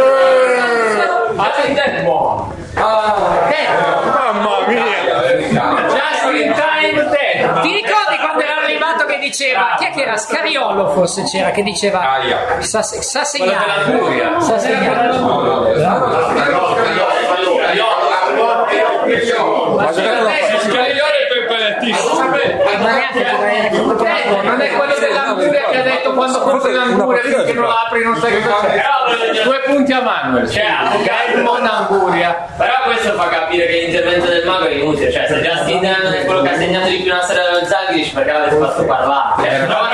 Attendemo. Mamma mia. Just in time dead. Ti ricordi quando era arrivato che diceva, chi è che era? Scariolo forse c'era, che diceva sa, sa segnare, Furia. sa segnare. Scaglione è preparatissimo. Ma neanche Ecco, non è quello dell'Anguria che ha detto quando compri l'Anguria dici che non la apri non sai cosa c'è. Due punti a Manuel. Gaimon Anguria. Però questo fa capire che l'intervento del mago è inutile, cioè se Justin Dan è quello che ha segnato di più una storia dello Zaghiris, perché l'avete fatto parlare? Cioè, no,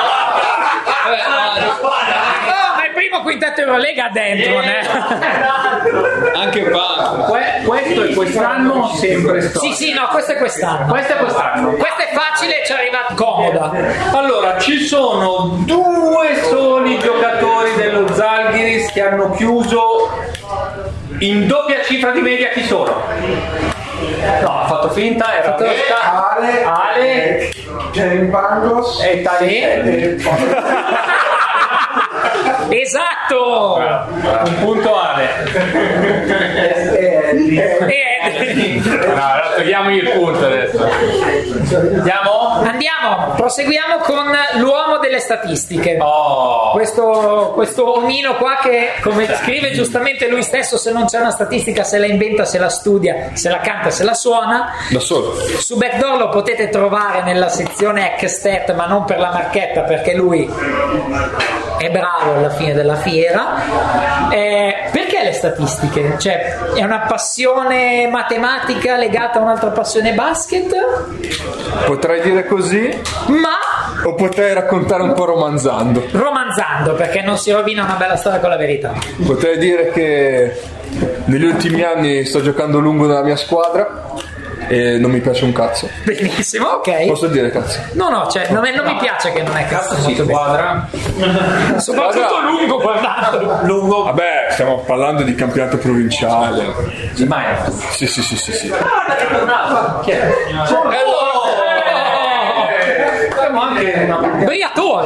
Oh, ma il primo quintetto Eurolega dentro, né? Anche Banco. Que- questo è quest'anno sempre sto. Sì, sì, no, questo è quest'anno. Questo è quest'anno. Questa è facile e ci arriva comoda. Allora, ci sono due soli giocatori dello Zalgiris che hanno chiuso in doppia cifra di media. Chi sono? No, ha fatto finta, era Ale, Ale Jerry Pangos e Tali. Esatto! Un punto Ale. e Eddie. E- No, allora togliamogli il punto adesso. Andiamo? Andiamo, proseguiamo con l'uomo delle statistiche. Oh. Questo, questo omino qua che, come scrive giustamente lui stesso, se non c'è una statistica se la inventa, se la studia, se la canta, se la suona. Da solo. Su Backdoor lo potete trovare nella sezione Hackstat, ma non per la marchetta, perché lui è bravo alla fine della fiera. Eh, perché le statistiche? Cioè, è una passione matematica legata a un'altra passione basket? Potrei dire così? Ma o potrei raccontare un po' romanzando. Romanzando, perché non si rovina una bella storia con la verità. Potrei dire che negli ultimi anni sto giocando lungo nella mia squadra e non mi piace un cazzo. Benissimo, ok. Posso dire cazzo? No, no, cioè non, è, non mi piace che non è cazzo molto squadra. bene. Soprattutto lungo guardando. Lungo. Vabbè, stiamo parlando di campionato provinciale. Di mai? Sì, sì, sì, sì, sì. Chi è? Siamo anche una Briatore.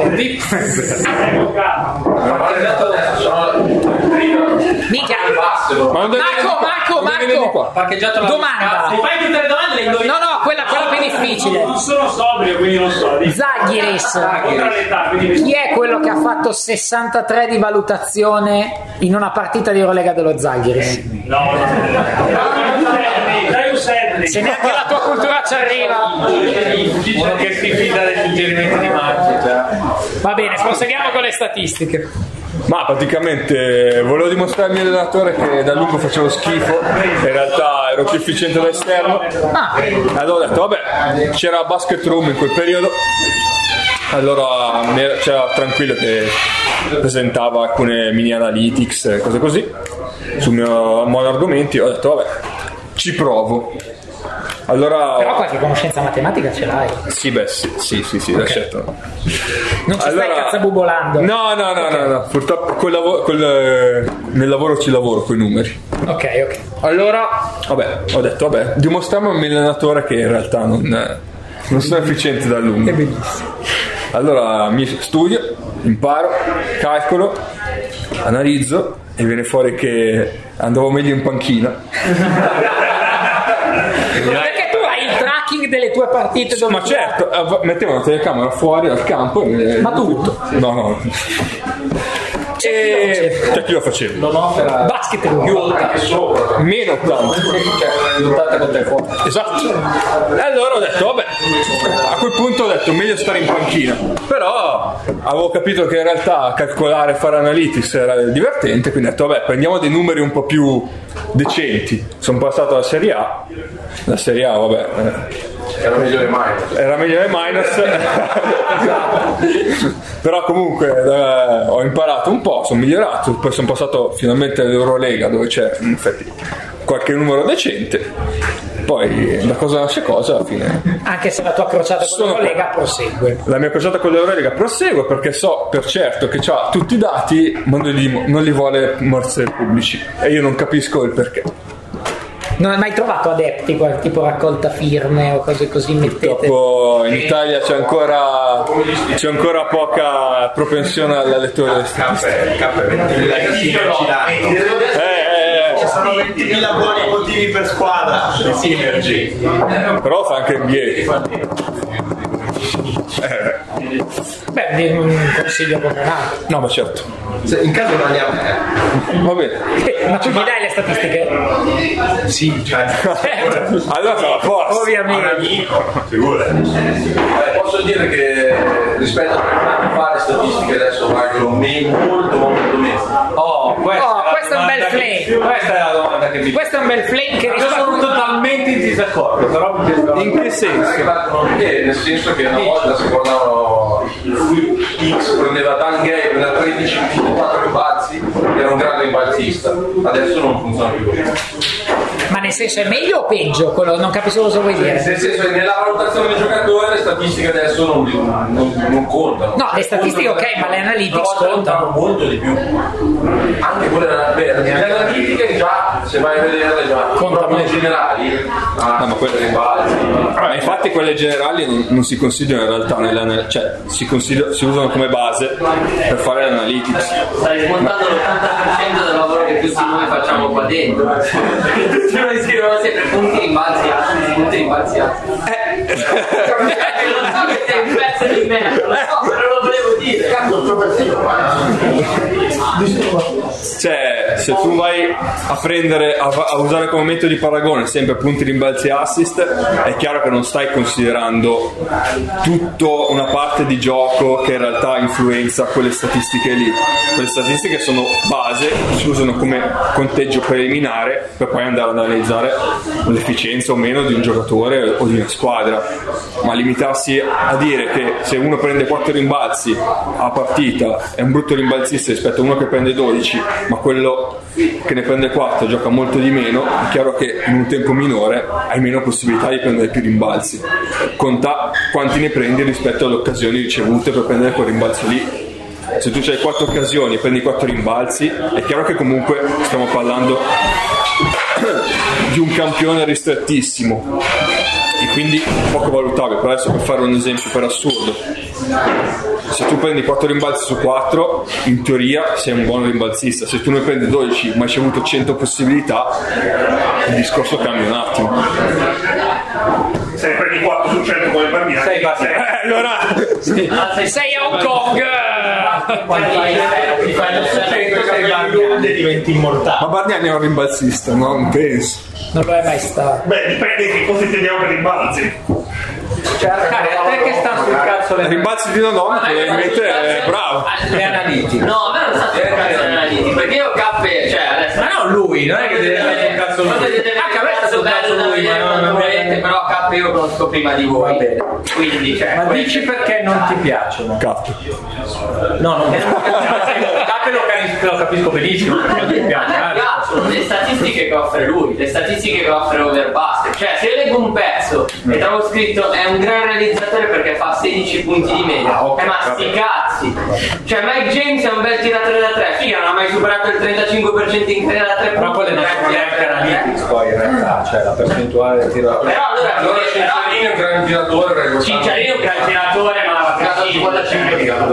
Minchia. Marco, Marco, Marco. Parcheggiato la Domanda. Fai tutte le domande le indovini. No, no, quella, quella più difficile. Non sono sobrio, quindi non so. Zaghiris. Contra l'età, quindi Chi è quello che ha fatto sessantatré di valutazione in una partita di Eurolega dello Zaghiris? no, no, no. Dai un sette. Se neanche la tua cultura ci arriva. Uno che si fida dei suggerimenti di Marco, cioè. Va bene, proseguiamo con le statistiche. Ma praticamente volevo dimostrare al mio allenatore che da lungo facevo schifo, in realtà ero più efficiente da esterno. Ah. Allora ho detto vabbè, c'era Basket Room in quel periodo, allora c'era Tranquillo che presentava alcune mini analytics, cose così, sul mio mono argomenti. Ho detto vabbè, ci provo. Allora, Però qualche conoscenza matematica ce l'hai. sì, beh, sì, sì, sì, sì, Ok. certo. Non ci Allora- stai cazzabubolando. No, no, no, Ok. no, no, purtroppo col lavo- col, eh, nel lavoro ci lavoro con i numeri. Ok, ok. Allora, vabbè, ho detto, vabbè, dimostriamo al mio allenatore che in realtà non, non sono efficiente da lungo. È bellissimo. Allora mi studio, imparo, calcolo, analizzo e viene fuori che andavo meglio in panchina. Perché tu hai il tracking delle tue partite dove Ma certo, eh, mettevo una telecamera fuori dal campo e... Ma tutto? No, no. E... Cioè chi lo faceva? Non offre basket Meno tanto. risultati con te fuori. Esatto. E allora ho detto, vabbè, a quel punto ho detto meglio stare in panchina. Però avevo capito che in realtà calcolare e fare analytics era divertente, quindi ho detto, vabbè, prendiamo dei numeri un po' più decenti. Sono passato alla Serie A. La Serie A, vabbè, eh, Era meglio le minus. era meglio le minus. Però comunque eh, ho imparato un po', sono migliorato, poi sono passato finalmente all'Eurolega dove c'è in effetti qualche numero decente, poi da cosa nasce cosa alla fine. Anche se la tua crociata con Sono- la Lega prosegue. La mia crociata con l'Eurolega prosegue perché so per certo che ha tutti i dati ma non li, non li vuole mostrare pubblici e io non capisco il perché. Non hai mai trovato adepti, qual- tipo raccolta firme o cose così? Mettete. Purtroppo in Italia c'è ancora c'è ancora poca propensione alla lettura delle statistiche. Eh, eh, Ci sono ventimila buoni motivi per squadra. Sinergy. eh. Però fa anche N B A. Eh, Beh, di un consiglio comunale. no, ma certo. In caso non ne ha me. Va bene. Ma tu mi dai le statistiche? Sì, cioè. Certo. Allora siamo a posto. Ovviamente. Eh, posso dire che rispetto a tre anni fa le statistiche adesso valgono meno, molto molto meno. Oh, questa, Oh, è la questo è un bel domanda che- flame. Questa è la domanda che mi Questo è un bel flame che Io sono risponde. totalmente in disaccordo, però mi piace. In che senso? Eh, nel senso che una volta si guardavano X prendeva Dan Gay, prendeva tredici ventiquattro rimbalzi, era un grande rimbalzista. Adesso non funziona più così. Ma nel senso è meglio o peggio? Quello, non capisco cosa vuoi dire. Nel senso che nella valutazione del giocatore le statistiche adesso non, non, non contano. No, le statistiche ok, ma le analytics Una volta contano. contano molto di più. Anche quelle beh, le analitiche già, se vai a vederle già, Contano. le generali, ah, No, ma quelle- rimbalzi. Ma infatti quelle generali non, non si considerano in realtà nelle, cioè si, consider- si usano come base per fare l'analytics. Stai smontando l'ottanta per cento del lavoro che tutti noi facciamo qua dentro. Tutti noi scrivono sempre punti rimbalzi alti, punti rimbalzi alti. Lo so che sei un pezzo di merda, lo so, però lo volevo dire. Cazzo, il professore. Cioè, se tu vai a prendere, a, a usare come metodo di paragone sempre punti, rimbalzi e assist, è chiaro che non stai considerando tutta una parte di gioco che in realtà influenza quelle statistiche lì. Quelle statistiche sono base, si usano come conteggio preliminare per poi andare ad analizzare l'efficienza o meno di un giocatore o di una squadra. Ma limitarsi a dire che se uno prende quattro rimbalzi a partita è un brutto rimbalzista rispetto a uno che prende dodici, ma quello che ne prende quattro gioca molto di meno, è chiaro che in un tempo minore hai meno possibilità di prendere più rimbalzi. Conta quanti ne prendi rispetto alle occasioni ricevute per prendere quel rimbalzo lì. Se tu hai quattro occasioni e prendi quattro rimbalzi, è chiaro che comunque stiamo parlando di un campione ristrettissimo e quindi poco valutabile. Per adesso, per fare un esempio per assurdo, se tu prendi quattro rimbalzi su quattro, in teoria sei un buon rimbalzista. Se tu ne prendi dodici ma hai avuto cento possibilità, il discorso cambia un attimo. Se ne prendi quattro su cento come per me, sei eh, allora sì. Sei a Hong Kong. e diventi immortale. Ma Bargnani è un rimbalzista, no? Non penso. Non lo è mai stato. Beh, dipende che cosa intendiamo per rimbalzi. Cioè, Arcade, a te che sta sul cazzo le rimbalzi di Nodon, probabilmente è bravo. Le analitiche. No, a me non sta sul cazzo le analitiche, perché io cappe, cioè adesso. Ma no, lui, non è che deve stare sul cazzo lui. Anche a me sta sul cazzo lui, ma non volete, però cappe io conosco prima di voi. Va bene. Quindi, cioè. Ma dici perché non ti piacciono? Cappe. No, non mi Cappe lo capisco, lo capisco benissimo. Non ti piace. A me piacciono le statistiche che offre lui, le statistiche che offre Overbasket. Cioè, se io leggo un pezzo e trovo scritto è un gran realizzatore perché fa sedici punti di media, ah, okay, eh, ma sti cazzi. Cioè, Mike James è un bel tiratore da tre, figa, non ha mai superato il trentacinque per cento in carriera da tre punti. Però quelle non sono neanche analytics poi in realtà, cioè la percentuale del tiro. Però allora, Allora Cinciarino è un gran tiratore. Cinciarino è un gran tiratore, ma la cinquantacinque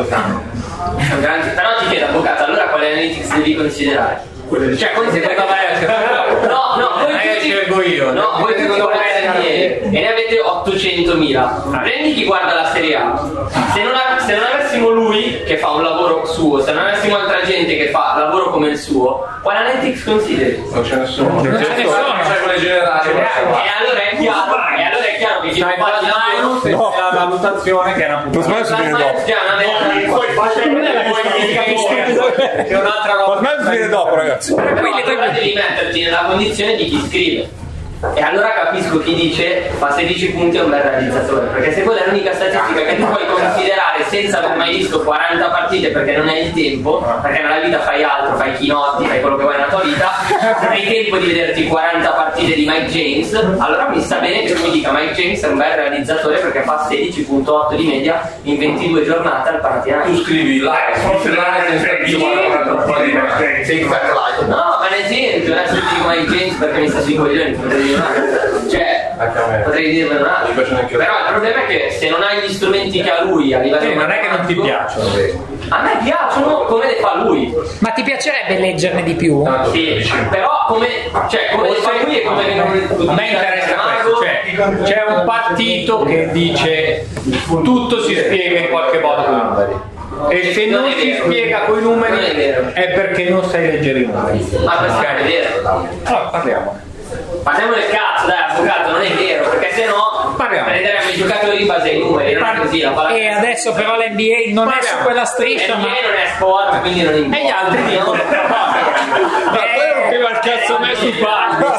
però ti chiedo, avvocato, allora quale analytics devi considerare? Cioè, considera che vai no, no, voi tutti scelgo io. No, voi tutti guardate N B A e ne avete ottocentomila. Prendi chi guarda la Serie A. Se non, av- se non avessimo lui che fa un lavoro suo, se non avessimo altra gente che fa lavoro come il suo, quale analytics consideri? Non ce ne sono. Non ce ne sono, c'è quelle generali. E allora è chiaro, e allora è chiaro che chi fa il lavoro no. La valutazione che è una puttana. la Science già È un'altra roba. Ma smetti viene dopo, ragazzi. Quindi allora devi metterti nella condizione di chi scrive. E allora capisco chi dice fa sedici punti è un bel realizzatore, perché se quella è l'unica statistica che tu puoi considerare senza aver mai visto quaranta partite perché non hai il tempo, perché nella vita fai altro, fai chinotti, fai quello che vuoi nella tua vita, non hai tempo di vederti quaranta partite di Mike James, allora mi sta bene che tu mi dica Mike James è un bel realizzatore perché fa sedici virgola otto di media in ventidue giornate al Panathinaikos. Tu scrivi live, forse live no, ma nel senso, adesso ti dico Mike James perché mi sta sui coglioni, potrei dire un altro. Cioè, potrei dirne un altro. Però il problema è che se non hai gli strumenti che ha lui a livello non è che non ti piacciono. A me piacciono come le fa lui. Ma ti piacerebbe leggerne di più? Sì, però come, cioè, come le fa lui e come vengono a me interessa questo, cioè c'è un partito che dice tutto si spiega in qualche modo con i numeri. E se non, non si vero. spiega con i numeri è, è perché non sai leggere i numeri. Ma questo è vero. Allora parliamo. Parliamo del cazzo, dai, avvocato, non è vero, perché se no prenderemo i giocatori in base ai numeri, non è così la palla. E adesso però l'N B A non parliamo. È su quella striscia, ma N B A non è sport, quindi non importa. E gli altri dicono ma quello che va il cazzo me su palco.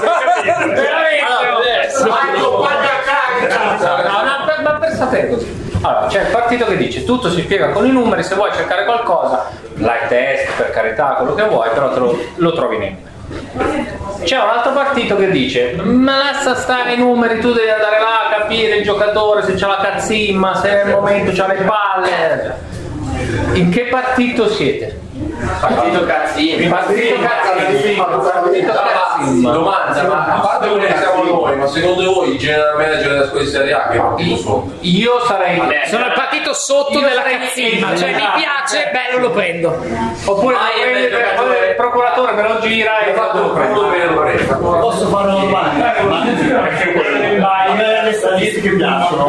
Veramente. Ma per sapere così. Allora, c'è il partito che dice tutto si spiega con i numeri, se vuoi cercare qualcosa, live test, per carità, quello che vuoi, però te lo, lo trovi nei numeri. C'è un altro partito che dice ma lascia stare i numeri, tu devi andare là a capire il giocatore se c'ha la cazzimma, se nel momento c'ha le palle. In che partito siete? Partito cazzino. Partito cazzino. Partito cazzino. Domanda, ma a parte quello che siamo noi, ma secondo voi il general manager della scuola di Serie A che partito sono? Io sarei sono il partito sotto della cazzimma, cioè mi piace, bello lo prendo. Oppure il procuratore Taur me lo gira e fa tutto. Posso fare una domanda? A me le statistiche piacciono.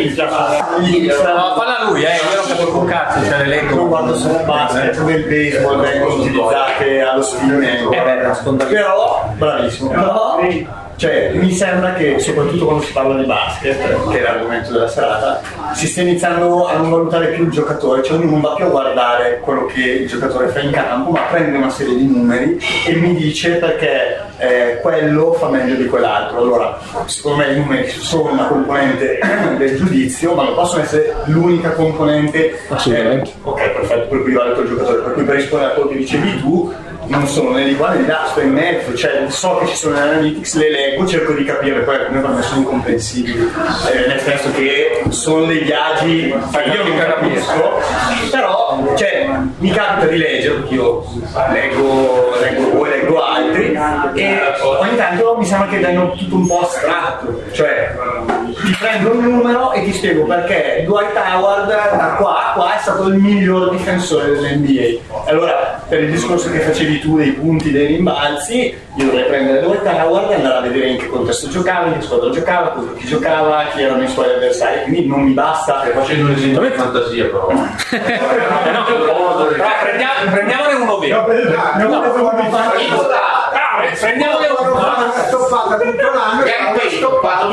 Ma falla lui, eh, io non capisco un cazzo, ce le leggo. Io quando sono basket nel baseball vengono utilizzate allo sfinimento. Però, bravissimo, però cioè, mi sembra che soprattutto quando si parla di basket, che è l'argomento della serata, si sta iniziando a non valutare più il giocatore, cioè ognuno non va più a guardare quello che il giocatore fa in campo, ma prende una serie di numeri e mi dice perché eh, quello fa meglio di quell'altro. Allora, secondo me i numeri sono una componente del giudizio, ma non possono essere l'unica componente. Assolutamente. Eh, ok, perfetto, per cui valuto il giocatore, per cui per rispondere a quello che dicevi tu, non sono né di qua né di là, sto in mezzo, cioè so che ci sono le analytics, le leggo, cerco di capire, poi alcune per me sono incomprensibili, eh, nel senso che sono dei viaggi che io non capisco, però cioè, mi capita di leggere, perché io leggo, leggo voi, leggo altri, e ogni tanto mi sembra che danno tutto un po' astratto, cioè ti prendo un numero e ti spiego perché Dwight Howard da qua a qua è stato il miglior difensore dell'N B A. Allora, per il discorso che facevi tu dei punti, dei rimbalzi, io dovrei prendere Dwight Howard e andare a vedere in che contesto giocava, in che squadra giocava, contro chi giocava, chi erano i suoi avversari, quindi non mi basta. Stai facendo un esempio di fantasia però. No, prendiamo, prendiamone uno vero. No, no, prendiamone uno stoppata tutto l'anno e poi stoppato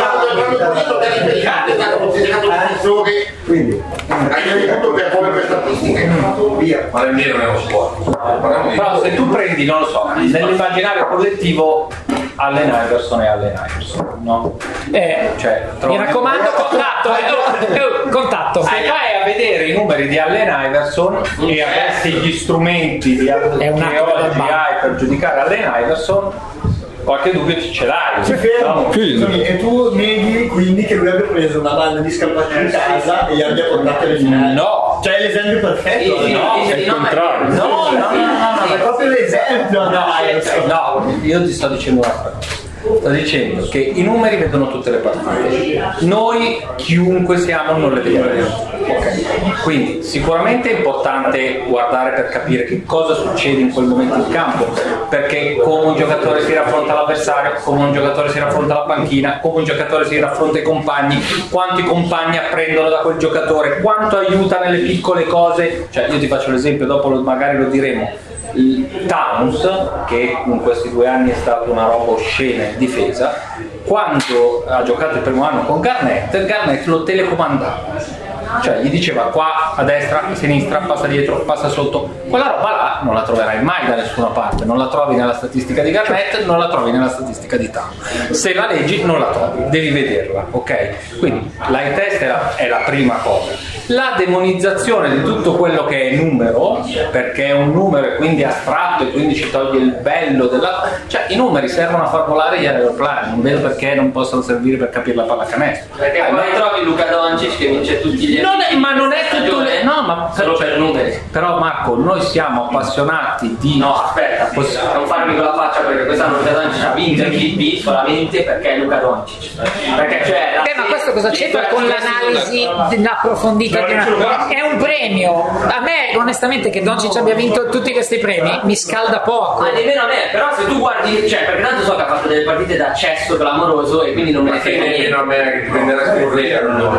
quindi anche tutto per poi per statistiche via. Ma nel mio non è uno sport. Però se tu prendi, non lo so, nell'immaginario collettivo Allen Iverson e Allen Iverson, no? Eh, cioè, mi raccomando, contatto, eh, oh, contatto. Se vai a vedere i numeri di Allen Iverson e avresti gli strumenti di, che oggi hai per giudicare Allen Iverson, qualche dubbio ce l'hai. Ci fermo. No? Scusami, e tu neghi quindi che lui abbia preso una banda di scappati in casa e gli abbia portato alle finali? No. Cioè è l'esempio perfetto. Sì, No, sì, è sì, il no, contrario. ma- No, no, no, no, no, è proprio l'esempio. No, eh, no, io ti sto dicendo un'altra cosa. Sto dicendo che i numeri vedono tutte le partite. Noi, chiunque siamo, non le vediamo. Ok. Quindi sicuramente è importante guardare per capire che cosa succede in quel momento in campo, perché come un giocatore si raffronta l'avversario, come un giocatore si raffronta la panchina, come un giocatore si raffronta i compagni, quanti compagni apprendono da quel giocatore, quanto aiuta nelle piccole cose. Cioè, io ti faccio l'esempio, dopo lo, magari lo diremo. Towns, che in questi due anni è stata una roba oscena in difesa, quando ha giocato il primo anno con Garnett, Garnett lo telecomandava, cioè gli diceva qua a destra, a sinistra, passa dietro, passa sotto. Quella roba là non la troverai mai da nessuna parte, non la trovi nella statistica di Garnett, non la trovi nella statistica di Towns. Se la leggi non la trovi, devi vederla, ok? Quindi l'eye test è la, è la prima cosa. La demonizzazione di tutto quello che è numero, perché è un numero e quindi astratto e quindi ci toglie il bello della... Cioè i numeri servono a far volare gli aeroplani, non vedo perché non possono servire per capire la pallacanestro. Perché eh, poi ma... trovi Luka Doncic che vince tutti gli non è, ma non è tutto le... no, ma solo per numeri. Però Marco, noi siamo appassionati di... No, aspetta, Poss... non farmi con la faccia perché quest'anno Luka Doncic ha vinto il M V P solamente perché è Luka Doncic. Perché cioè la... Beh, ma questo cosa c'entra con l'analisi approfondita di una... È un premio. A me, onestamente, che Doncic abbia vinto tutti questi premi mi scalda poco. Ma nemmeno a me, però se tu guardi, cioè, perché tanto so che ha fatto delle partite d'accesso clamoroso e quindi non me ne frega niente. Non me ne prenderà un rene,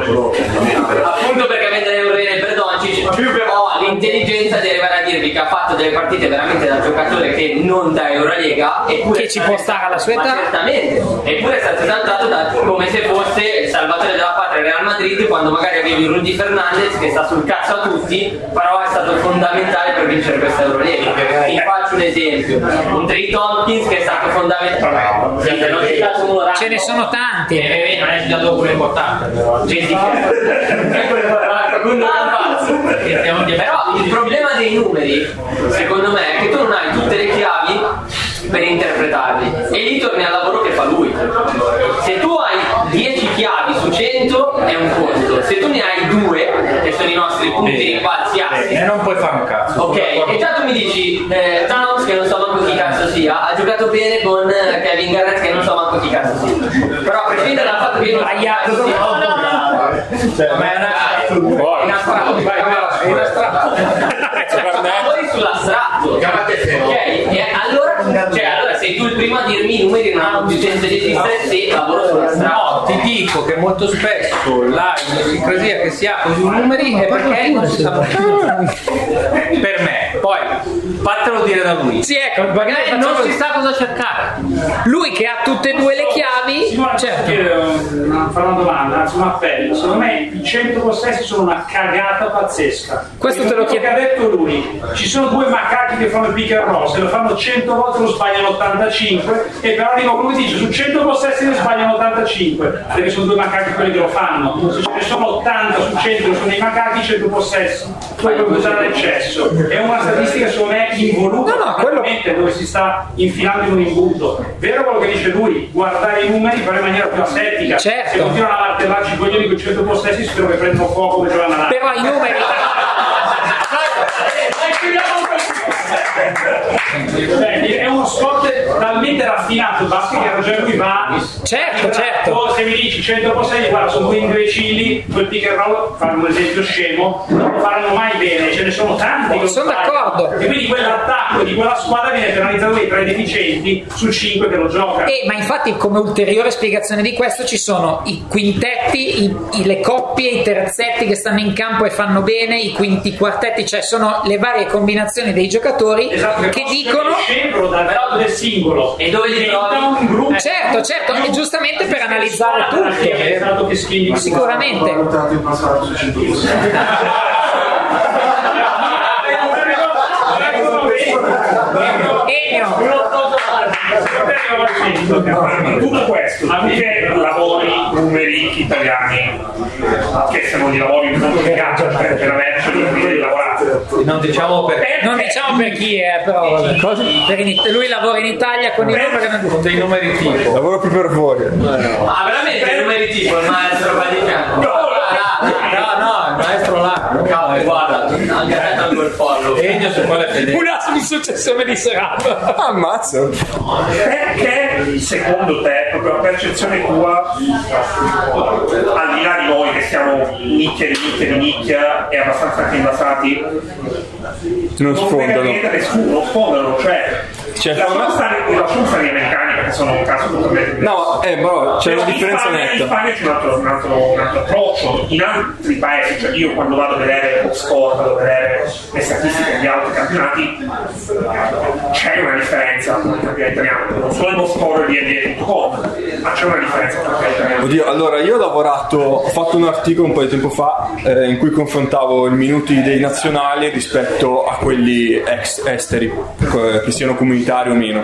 appunto perché vendere un rene per Doncic ho l'intelligenza di arrivare a dirvi che ha fatto delle partite veramente da giocatore che non da Euroliga, eppure che ci può stare alla sua età, certamente, eppure è stato esaltato da, come se fosse il salvatore della patria Real Madrid, quando magari avevi Rudy Fernandez che sta sul cazzo a tutti, però è stato fondamentale per vincere questa Euroliga. Vi faccio un esempio, un Trey Tompkins che è stato fondamentale. Sì, non c'è stato uno ce ne sono tanti, eh, non è stato pure importante, però però il problema dei numeri secondo me è che tu non hai tutte le chiavi per interpretarli e lì torni al lavoro che fa lui. Se tu hai dieci chiavi su cento è un conto, se tu ne hai due che sono i nostri punti rimbalzi e non puoi fare un cazzo, ok, e già tu mi dici eh, Towns che non so manco chi cazzo sia ha giocato bene con eh, Kevin Garnett che non so manco chi cazzo sia, però a prescindere dal fatto che io non so chi cazzo sia, ma è una in astratto, in astratto lavori sull'astratto, ok? E allora sei tu il primo a dirmi i numeri non hanno più senso di esistere se lavoro sulla strada. No, ti dico che molto spesso la idiosincrasia che si ha con i numeri è perché non si sa per me. Poi fatelo dire da lui. Sì, ecco, magari non facciamo- si sa cosa cercare. lui che ha tutte e due le chiavi, Simone, certo. posso chiedere una- fare una domanda, anzi un appello. Secondo me i cento possessi sono una cagata pazzesca. Questo Perché te lo quello chiedo. che ha detto lui, ci sono due macachi che fanno il pick and roll, se lo fanno cento volte lo sbagliano ottantacinque, e però arrivo come dice, su cento possessi ne sbagliano ottantacinque, perché sono due macachi quelli che lo fanno. Se ce ne sono ottanta su cento che sono i macachi, cento possessi, poi puoi usare l'eccesso. È una statistica secondo me involuta, No, no, quello- dove si sta infilando in un imbuto. Vero quello che dice lui, guardare i numeri, fare in maniera più asettica. Certo. Se continuano a martellarci i coglioni con cento possessi, spero che prendano fuoco come giocano alla Però i numeri Cioè, è uno sport talmente raffinato il basket che ha ragione lui va. Certo, certo. Se mi dici cento possessi, guarda, sono due imbecilli, quel pick and roll, fanno un esempio scemo, non lo faranno mai bene, ce ne sono tanti che lo Sono sbagliano. d'accordo. E quindi quell'attacco di quella squadra viene penalizzato dai tre deficienti su cinque che lo giocano. E, ma infatti come ulteriore spiegazione di questo ci sono i quintetti, i, i- le coppie, i terzetti che stanno in campo e fanno bene, i quinti, i quartetti, cioè sono le varie combinazioni dei giocatori Esatto, che possono dicono scendere dal lato del singolo E dove li diventa trovi? un gruppo. certo, certo, e giustamente per analizzare tutto, Che schifo. sicuramente. Valutato in passato su cento possessi. Ennio, tutto questo, anche lavori numeri italiani, che sono di lavori un po' complicati per per averci di lavorare. Non diciamo perché. non diciamo per chi è, però vabbè. Per in- lui lavora in Italia con i numeri, non- Con dei numeri tipo. Lavoro più per voi. Ah, veramente i numeri tipo il maestro qua di fianco? No, No, no, il maestro là. Cavolo, guarda, anche a me tolgo il follow. Egno su quale fede. una in successione di serata. Ammazza. perché secondo te, proprio la percezione tua, al di là di noi che siamo nicchia di nicchia di nicchia e abbastanza anche imbasati, Non non sfondano. frega nessuno, sfondano, cioè Cioè, lasciamo stare lasciamo stare gli americani perché sono un caso totalmente No, eh, però c'è Però una in differenza Spagna- netta. In Spagna c'è un altro, un, altro, un altro approccio. In altri paesi, cioè io quando vado a vedere lo sport, vado a vedere le statistiche di altri campionati, c'è una differenza tra il campionato italiano, non solo lo score di N B A punto com, ma c'è una differenza tra il campionato italiano. Oddio, allora io ho lavorato, ho fatto un articolo un po' di tempo fa eh, in cui confrontavo i minuti dei nazionali rispetto a quelli ex esteri, co- che siano comunitari o meno.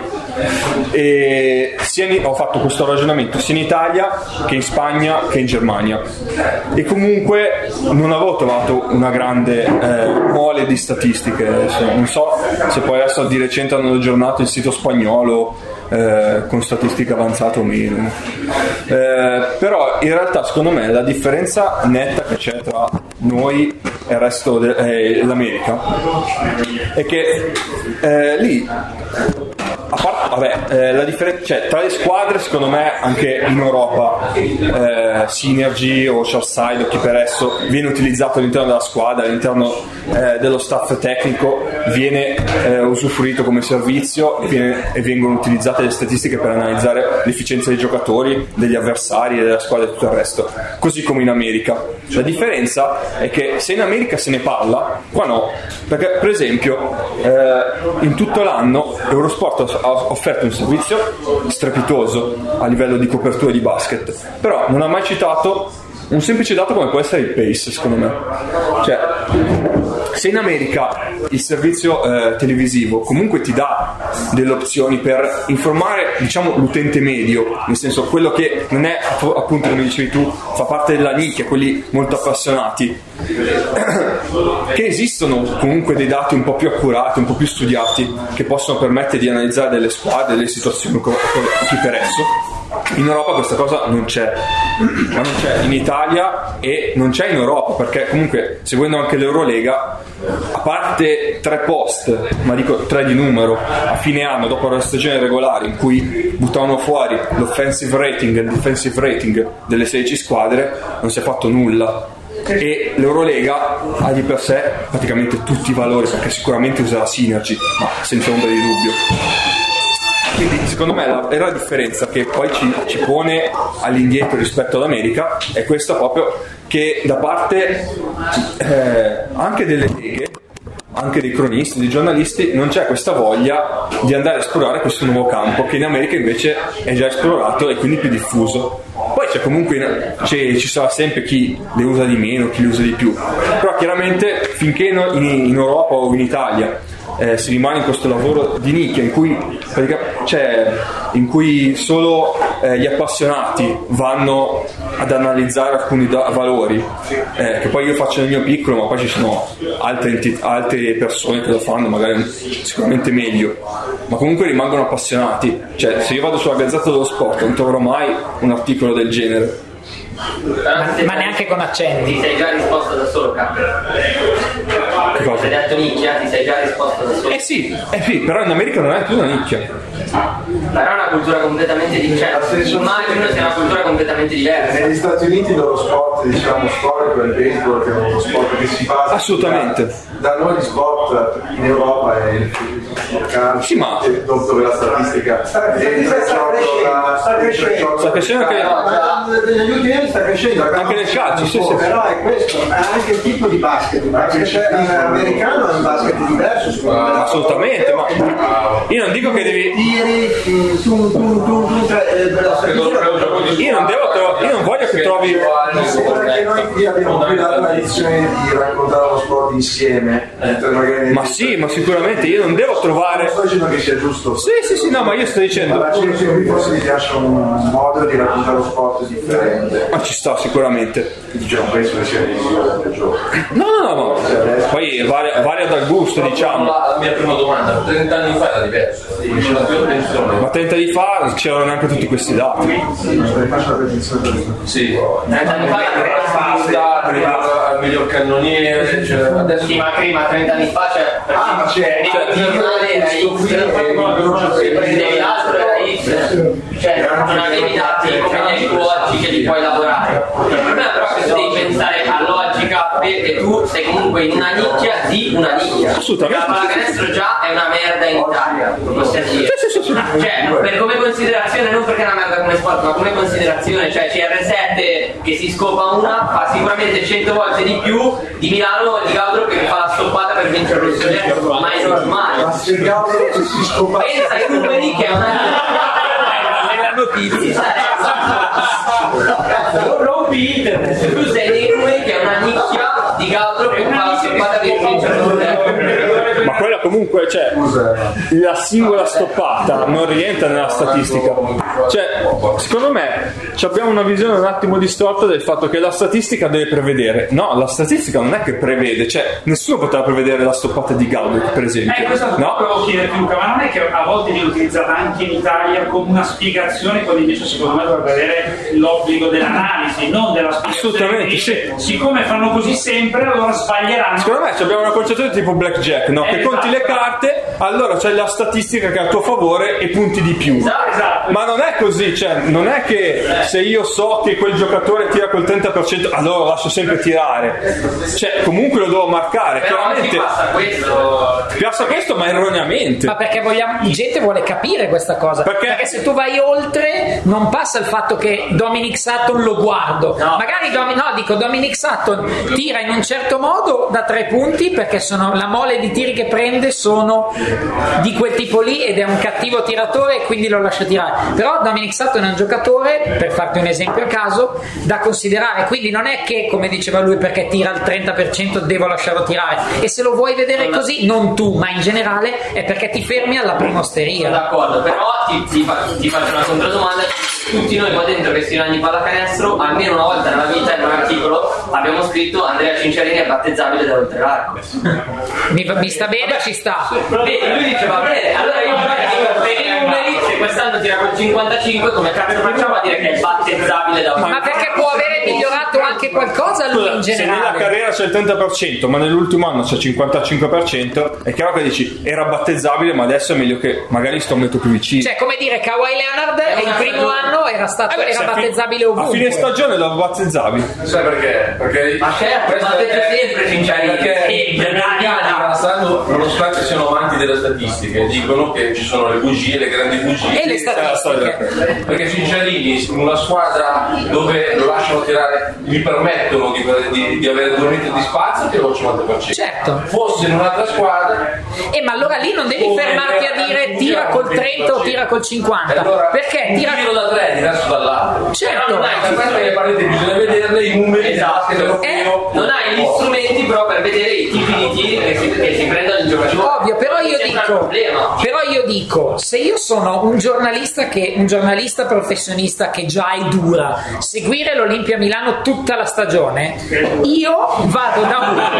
E sia in- ho fatto questo ragionamento sia in Italia che in Spagna che in Germania. E comunque non avevo trovato una grande eh, mole di statistiche. Adesso non so se poi adesso di recente hanno aggiornato il sito spagnolo eh, con statistiche avanzate o meno. Eh, però in realtà secondo me la differenza netta che c'è tra noi e il resto dell'America è che eh, lì a parte, vabbè, eh, la differenza, cioè, tra le squadre secondo me anche in Europa eh, Synergy o Shoreside o chi per esso viene utilizzato all'interno della squadra, all'interno eh, dello staff tecnico, viene eh, usufruito come servizio e, viene, e vengono utilizzate le statistiche per analizzare l'efficienza dei giocatori, degli avversari e della squadra e tutto il resto, così come in America. La differenza è che se in America se ne parla, qua no, perché per esempio eh, in tutto l'anno Eurosport ha offerto un servizio strepitoso a livello di copertura di basket, però non ha mai citato un semplice dato come può essere il pace, secondo me. Cioè, se in America il servizio eh, televisivo comunque ti dà delle opzioni per informare, diciamo, l'utente medio, nel senso quello che non è, appunto come dicevi tu, fa parte della nicchia, quelli molto appassionati, che esistono comunque dei dati un po' più accurati, un po' più studiati, che possono permettere di analizzare delle squadre, delle situazioni con, con chi per esso. In Europa questa cosa non c'è, ma non c'è in Italia e non c'è in Europa, perché comunque seguendo anche l'Eurolega, a parte tre post, ma dico tre di numero, a fine anno dopo la stagione regolare in cui buttavano fuori l'offensive rating e il defensive rating delle sedici squadre, non si è fatto nulla. E l'Eurolega ha di per sé praticamente tutti i valori, perché sicuramente userà Synergy, ma senza ombra di dubbio. quindi secondo me la vera differenza che poi ci, ci pone all'indietro rispetto all'America è questa proprio, che da parte eh, anche delle leghe, anche dei cronisti, dei giornalisti, non c'è questa voglia di andare a esplorare questo nuovo campo che in America invece è già esplorato e quindi più diffuso. Poi c'è comunque c'è, ci sarà sempre chi le usa di meno, chi le usa di più, però chiaramente finché in, in Europa o in Italia eh, si rimane in questo lavoro di nicchia in cui, cioè, in cui solo eh, gli appassionati vanno ad analizzare alcuni da- valori eh, che poi io faccio nel mio piccolo, ma poi ci sono altre, enti- altre persone che lo fanno magari sicuramente meglio, ma comunque rimangono appassionati. Cioè, se io vado sulla Gazzetta dello Sport non troverò mai un articolo del genere. Ma, ma neanche con accenti. Ti sei già risposto da solo, Capo. Che cosa? Hai detto nicchia, ti sei già risposto da solo. Eh sì, eh sì, però in America non è più una nicchia. Però è una cultura completamente differente. Immagino sia una cultura completamente diversa. Negli Stati Uniti lo sport, diciamo, storico è il baseball, che è uno sport che si basa. Assolutamente. Da noi di sport in Europa è il calcio, sì, ma dove la statistica sta crescendo, sta crescendo anche negli ultimi anni sta crescendo anche nel calcio, sì, sì. Però è questo, è anche il tipo di basket, il basket americano è un basket diverso, secondo me. Assolutamente, ma io non dico che devi tiri tu tu tu io non devo tro- io non voglio che trovi. Mi sembra che noi qui abbiamo più la tradizione di raccontare lo sport insieme, ma sì, ma sicuramente io non devo trovare. Non sto dicendo che sia giusto. Sì, sì, sì, no, ma io sto dicendo. Ma la gente qui forse mi piace un modo di raccontare lo sport differente. Ma ci sta sicuramente. Diciamo, penso che sia divisivo del gioco. No, no, no, no. Poi varia, varia dal gusto, diciamo. La mia prima domanda, trenta anni fa era diverso. Ma trenta anni fa c'erano neanche tutti questi dati. Sì, trenta anni fa era il miglior cannoniere, cioè, adesso sì, ma prima trenta anni fa c'è ah, ma c'è era X, prendevi l'altro era X, cioè non avevi dati come nei oggi che li puoi lavorare. Il problema però è che tu devi pensare a logica, perché tu sei comunque in una nicchia di una nicchia. Assolutamente. La pallacanestro già è una merda in Italia, possiamo dire. Sì, sì, sì, sì. Cioè, per come considerazione, non perché è una merda come sport, ma come considerazione, cioè C R sette che si scopa una fa sicuramente cento volte di più di Milano di Gaudro che fa la stoppata per vincere lo scudetto, ma è normale. Ma se Gaudro si scopa, pensa ai numeri che è una nella notizia. Rompi internet. Tu sei nei numeri che è una nicchia di Gaudro che fa la stoppata per vincere lo scudetto. Ma quella comunque, cioè, la singola stoppata non rientra nella statistica. Cioè, secondo me abbiamo una visione un attimo distorta del fatto che la statistica deve prevedere. No, la statistica non è che prevede, cioè nessuno poteva prevedere la stoppata di Gaudro, per esempio. Eh, questo no? volevo chiederti, Luca, ma non è che a volte viene utilizzata anche in Italia come una spiegazione, quando invece secondo me dovrebbe avere l'obbligo dell'analisi, non della spiegazione. Assolutamente, dice, sì. Siccome fanno così sempre, allora sbaglieranno. Secondo me abbiamo una concezione tipo blackjack, no? Eh, che esatto. conti le carte, allora c'è la statistica che è a tuo favore e punti di più. Esatto. Ma non è così, cioè non è che se io so che quel giocatore tira quel trenta per cento allora lo lascio sempre tirare. Cioè comunque lo devo marcare. Però chiaramente passa questo. Passa questo, ma erroneamente. Ma perché vogliamo, gente vuole capire questa cosa. Perché? Perché se tu vai oltre non passa il fatto che Dominic Sutton lo guardo. No. Magari Domi- no, dico Dominic Sutton tira in un certo modo da tre punti perché sono la mole di tiri che prende sono di quel tipo lì ed è un cattivo tiratore e quindi lo lascio tirare. Però Dominic Sutton è un giocatore, per farti un esempio a caso, da considerare, quindi non è che, come diceva lui, perché tira il trenta per cento devo lasciarlo tirare, e se lo vuoi vedere così, non tu ma in generale, è perché ti fermi alla prima osteria. D'accordo, però ti, ti, fa, ti faccio una controdomanda. Tutti noi qua dentro che si di pallacanestro almeno una volta nella vita in un articolo abbiamo scritto Andrea Cinciarini è battezzabile da oltre l'arco. Mi, mi sta bene, ci sta. Beh, lui diceva bene, allora io dico per i numeri, se quest'anno tira col cinquantacinque, come cazzo facciamo a dire che è battezzabile da un Ma perché può avere migliorato anche qualcosa lui in Se nella generale? carriera c'è il trenta per cento ma nell'ultimo anno c'è il cinquantacinque per cento, è chiaro che dici era battezzabile ma adesso è meglio che magari sto un metro più vicino. Cioè, come dire, Kawhi Leonard È il una primo stagione. anno era stato Eh beh, era se a fi- battezzabile a ovunque. fine stagione lo battezzavi. Sai perché? Perché Ma certo, battezza sempre Cinciarini. perché Sì, gli americani, nonostante nonostante siano amanti delle statistiche, dicono che ci sono le bugie, le grandi bugie. E le statistiche. Perché Cinciarini, in una squadra dove lo lasciano tirare, gli permettono di, di, di avere due metri di spazio, tira il cinquanta per cento. Certo. Fosse in un'altra squadra, Eh, ma allora lì non devi come fermarti a dire tira col trenta o tira col cinquanta. E allora, Perché un tira tiro da tre è diverso dall'altro. Certo. Non hai, Da parte delle partite bisogna vederle i numeri Esatto. europeo. Non hai gli strumenti però per vedere i tipi di tiri che si, che si prendono in giocatori. Ovvio, però io Sembra un dico, problema. però io dico, se io sono un giornalista che un giornalista professionista che già è dura, seguire l'Olimpia Milano tutta la stagione, io vado da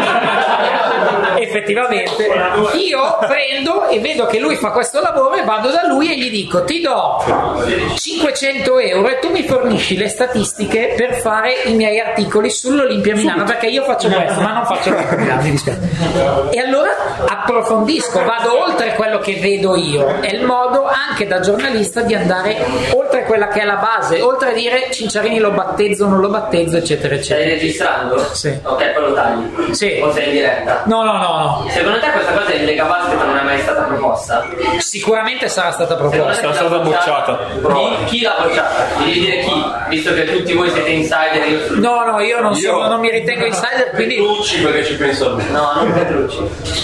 un effettivamente, io prendo e vedo che lui fa questo lavoro e vado da lui e gli dico ti do cinquecento euro e tu mi fornisci le statistiche per fare i miei articoli sull'Olimpia Milano, perché io faccio questo ma non faccio l'Olimpia Milano, mi dispiace. E allora approfondisco, vado oltre quello che vedo io. È il modo anche da giornalista di andare oltre quella che è la base, oltre a dire Cinciarini lo battezzo o non lo battezzo, eccetera Stai eccetera. registrando? Sì. Ok, poi lo tagli. Sì. O sei in diretta? No, no, no, no. Secondo te questa cosa in Lega Basket non è mai stata proposta? Sicuramente sarà stata Secondo proposta. te È stata bocciata. Chi, chi l'ha bocciata? Mi devi dire chi, visto che tutti voi siete insider. Io... No, no, io non sono, non mi ritengo insider, quindi Lucci perché ci pensa lui. No, non Petrucci.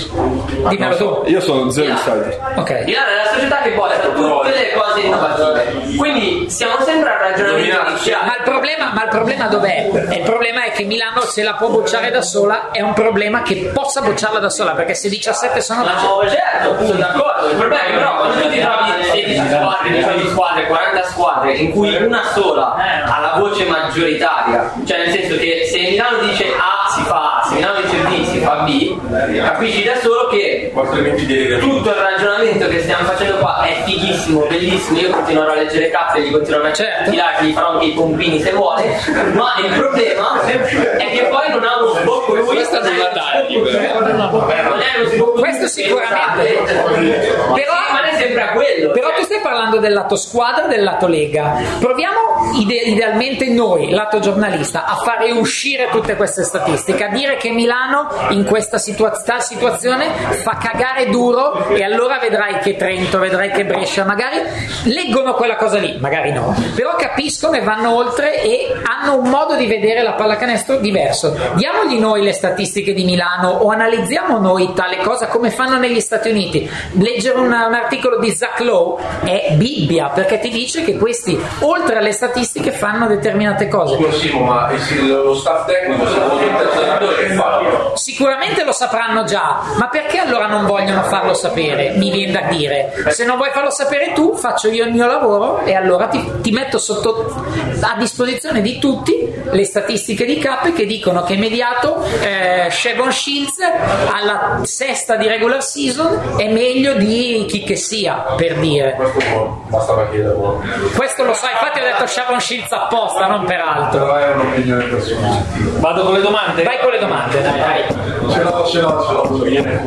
dimmelo tu. Io sono zero insider. Ok. Milano è una società che porta tutte le cose innovative. Quindi siamo sempre al ragionamento iniziale. Ma il problema, ma il problema dov'è? E il problema è che Milano se la può bocciare da sola è un problema che possa bocciarla da sola, perché se diciassette sono Ma no, certo, sono d'accordo. Il problema è che però quando tu ti trovi sedici squadre, diciotto squadre, quaranta squadre in cui una sola ha la voce maggioritaria, cioè nel senso che se Milano dice A si fa A, se Milano dice B si fa B, capisci da solo che tutto il ragionamento che stiamo facendo qua è fighissimo, bellissimo, io continuerò a leggere K e gli continuerò a mettere Certo. i lati, gli farò anche i pompini se vuole, ma il problema è che poi non ha uno sbocco lui. Questa non la tagli, però. Non è uno sbocco Questo sicuramente. però Però- rimane sempre a quello. Però tu stai parlando del lato squadra, del lato lega. Proviamo ide- idealmente noi, lato giornalista, a fare uscire tutte queste statistiche, a dire che Milano in questa situa- tal situazione fa cagare duro e allora vedrai che Trento, vedrai che Brescia magari leggono quella cosa lì, magari no, però capiscono e vanno oltre e hanno un modo di vedere la pallacanestro diverso. Diamogli noi le statistiche di Milano o analizziamo noi tale cosa come fanno negli Stati Uniti. Leggere un, un articolo di Zach Lowe è Bibbia, perché ti dice che questi oltre alle statistiche fanno determinate cose. Simo, ma il- lo staff tecnico secondo il terzo allenatore che fa? Sicuramente lo sapranno già, ma perché allora non vogliono farlo sapere? Mi viene da dire, se non vuoi farlo sapere tu, faccio io il mio lavoro e allora ti, ti metto sotto a disposizione di tutti le statistiche di K che dicono che immediato eh, Shavon Shields alla sesta di regular season è meglio di chi che sia, per dire. Questo bastava chiedere. Questo lo sai, infatti ho detto Shavon Shields apposta, non per altro. Però è un'opinione personale. Vado con le domande? Vai con le domande, dai, vai. Ce l'ho, ce l'ho, ce l'ho. Viene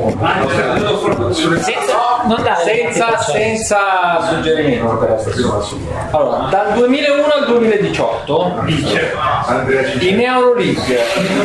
Senza, non dare Senza, senza suggerimenti per adesso. Allora, dal duemilauno al duemiladiciotto in Euroleague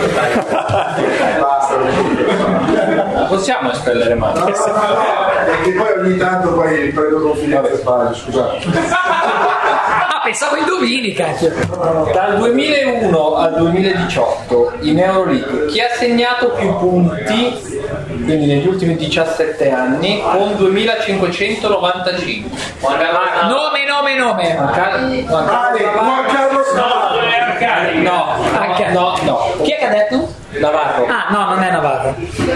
possiamo espellere mani. E che poi ogni tanto poi prendo confidenza e sbaglio, scusate. Ah, pensavo in Dovini, cacchio. Dal duemilauno al duemiladiciotto in Euroleague chi ha segnato più punti, quindi negli ultimi diciassette anni, con duemilacinquecentonovantacinque? Nome, nome, nome. Juan Carlos Arcadi. No, Arcadi. no, no. Chi è che ha detto? Navarro. Ah, no, non è Navarro.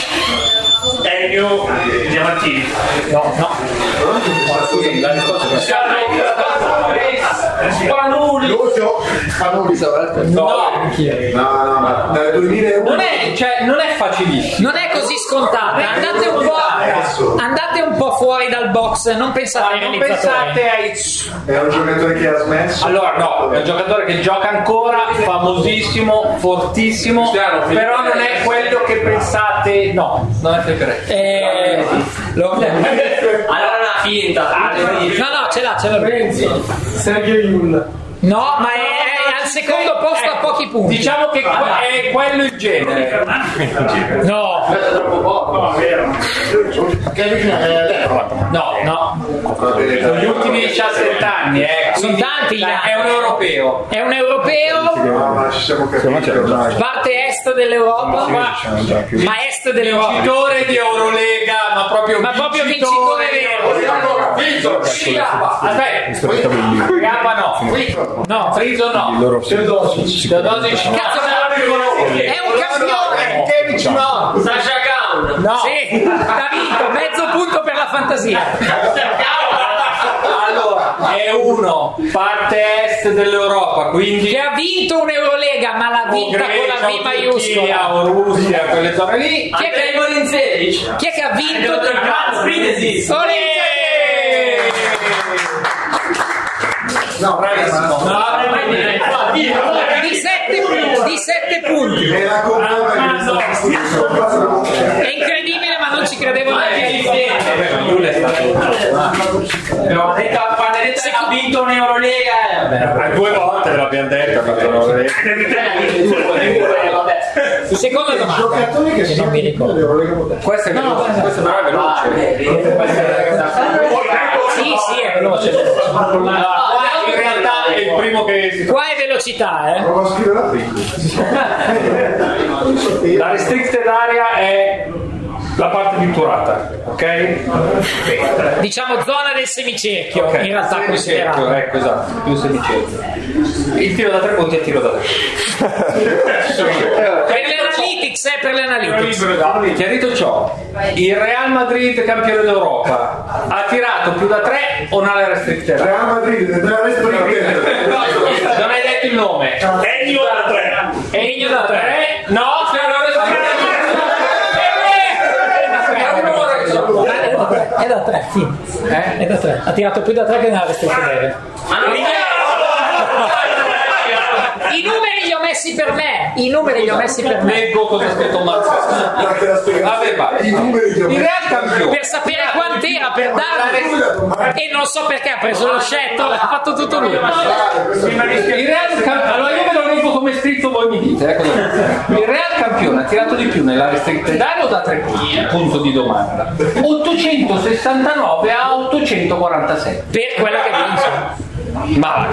Elio Diamantini. No, no. La risposta è questa. Panuli. Lucio, Panuli, No, no, no, ma dal duemilauno non è, cioè, non è facilissimo. Non è così scontata, andate un po', andate un po' fuori dal box, non pensate ai Non realizzatori. pensate ai... È un giocatore che ha smesso. Allora no, è un giocatore che gioca ancora, famosissimo, fortissimo, però non è quello che pensate. No, non è Federer. Eh, lo- Allora una finta. No, no, ce l'ha, ce l'ha. Sergio Yul. No, ma è, è al secondo posto a pochi punti. Diciamo che que- è quello il genere. No, No, vero. no, no. Sono gli ultimi diciassette anni, eh. Sono tanti gli È un anni. europeo. È un europeo, No, ma ci siamo capiti ormai. parte est dell'Europa, ma est dell'Europa. Vincitore di Eurolega, ma proprio Ma proprio vincitore vero. Aspetta, Gabba no. No, Friso no. Teodosic. Teodosic no. cazzo, è un campione. Kevich no. Sasha Kaun. No. Sì, ha vinto mezzo punto per la fantasia. Allora, è uno, parte est dell'Europa, quindi Che ha vinto un'Eurolega, ma l'ha vinta con la V maiuscola. o Russia, quelle zone lì. Chi è che, Andrei Molinzevic. chi è che ha vinto? Olè! No, Bravissimo. no, Di sette punti, di sette punti. è la conferma È incredibile, ma non ci credevo neanche. No, quando hai detto che ha vinto un'Eurolega, Due volte l'abbiamo detto. ha fatto una- Seconda domanda. giocatori che Che non sono mi ricordo. dell'Eurolega moderna. Questo è veloce, questo però è veloce. Sì, sì, è veloce. In realtà è il primo che si Qua è velocità, eh. Provo a scrivere la prima. La restricted area è la parte pitturata, ok? Diciamo zona del semicerchio, Ok, in realtà semicerchio, considerato. ecco, esatto, più semicerchio. Il tiro da tre punti è il tiro da tre. Per le analytics, eh, per le analytics. Chiarito ciò, il Real Madrid campione d'Europa ha tirato più da tre o non è restricted? Real Madrid, nella restricted. Non hai detto il nome. Ennio da tre. Egno da tre. No, se non È da tre, sì. Eh? È da tre. Ha tirato più da tre che nella restrizione. ma non I numeri li ho messi per me. I numeri li ho messi per me. Leggo cosa ha scritto Marzio. Vabbè, va. I numeri che ho Il messo. Real campione. Per sapere quant'era, per darmi. E non so perché ha preso lo scelto, ha fatto tutto lui. Il Real campione. Allora io ve lo leggo come scritto, voi mi dite. Eh, cosa... Il Real campione ha tirato di più nella restricted area o da tre punti? Punto di domanda. ottocentosessantanove a ottocentoquarantasette. Per quella che vince. Ma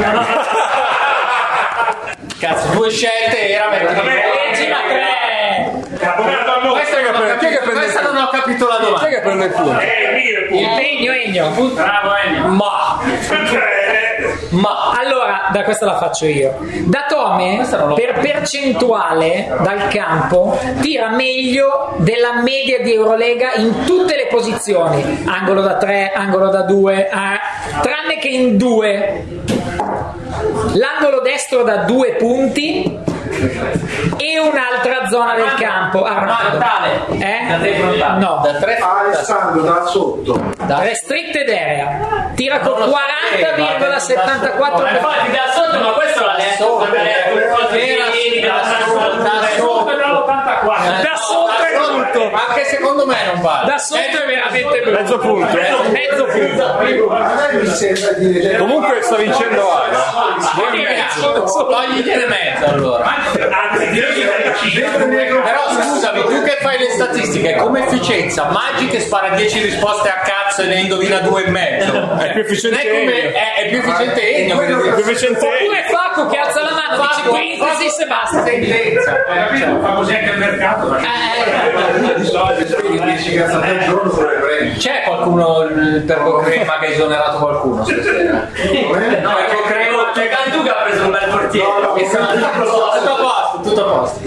cazzo, due scelte era Leggi la tre. Questa non ho capito, questa non ho capito la domanda. Chi è che prende il punto? Egno, Egno. Bravo Ennio. Ma ma Allora, da questa la faccio io. Da Tome, per percentuale dal campo, tira meglio della media di Eurolega in tutte le posizioni. Angolo da tre, angolo da due, eh, tranne che in due. L'angolo destro da due punti e un'altra zona del campo. Armando. Eh? Da tre frontale. No. da tre Alessandro da sotto. Restricted area. Tira con quaranta virgola settantaquattro. Ma infatti da sotto, ma questo l'ha letto quando ha letto il da sotto l'ottantaquattro. Da sotto è tutto. anche secondo me non vale. Da sotto è veramente brutto. Mezzo punto. Mezzo punto. A me mi sembra di vedere. Comunque sta vincendo Ale. Voi mezzo, togligliene mezzo allora. Però scusami, tu che fai le statistiche come efficienza, Maggi che spara dieci risposte a cazzo e ne indovina due e mezzo. È più efficiente Non è, come, Ennio. è, è più efficiente Ennio, voglio dire. Più efficiente Oppure Facco che alza la mano, dice Facco, parentesi e basta. Sentenza. Fa così anche il mercato. dieci cazzate al giorno se le prendi. C'è qualcuno per Crema che ha esonerato qualcuno stasera? No, perché credo che Cantù che ha preso un bel portiere. Esatto. Tutto a posto, tutto a posto.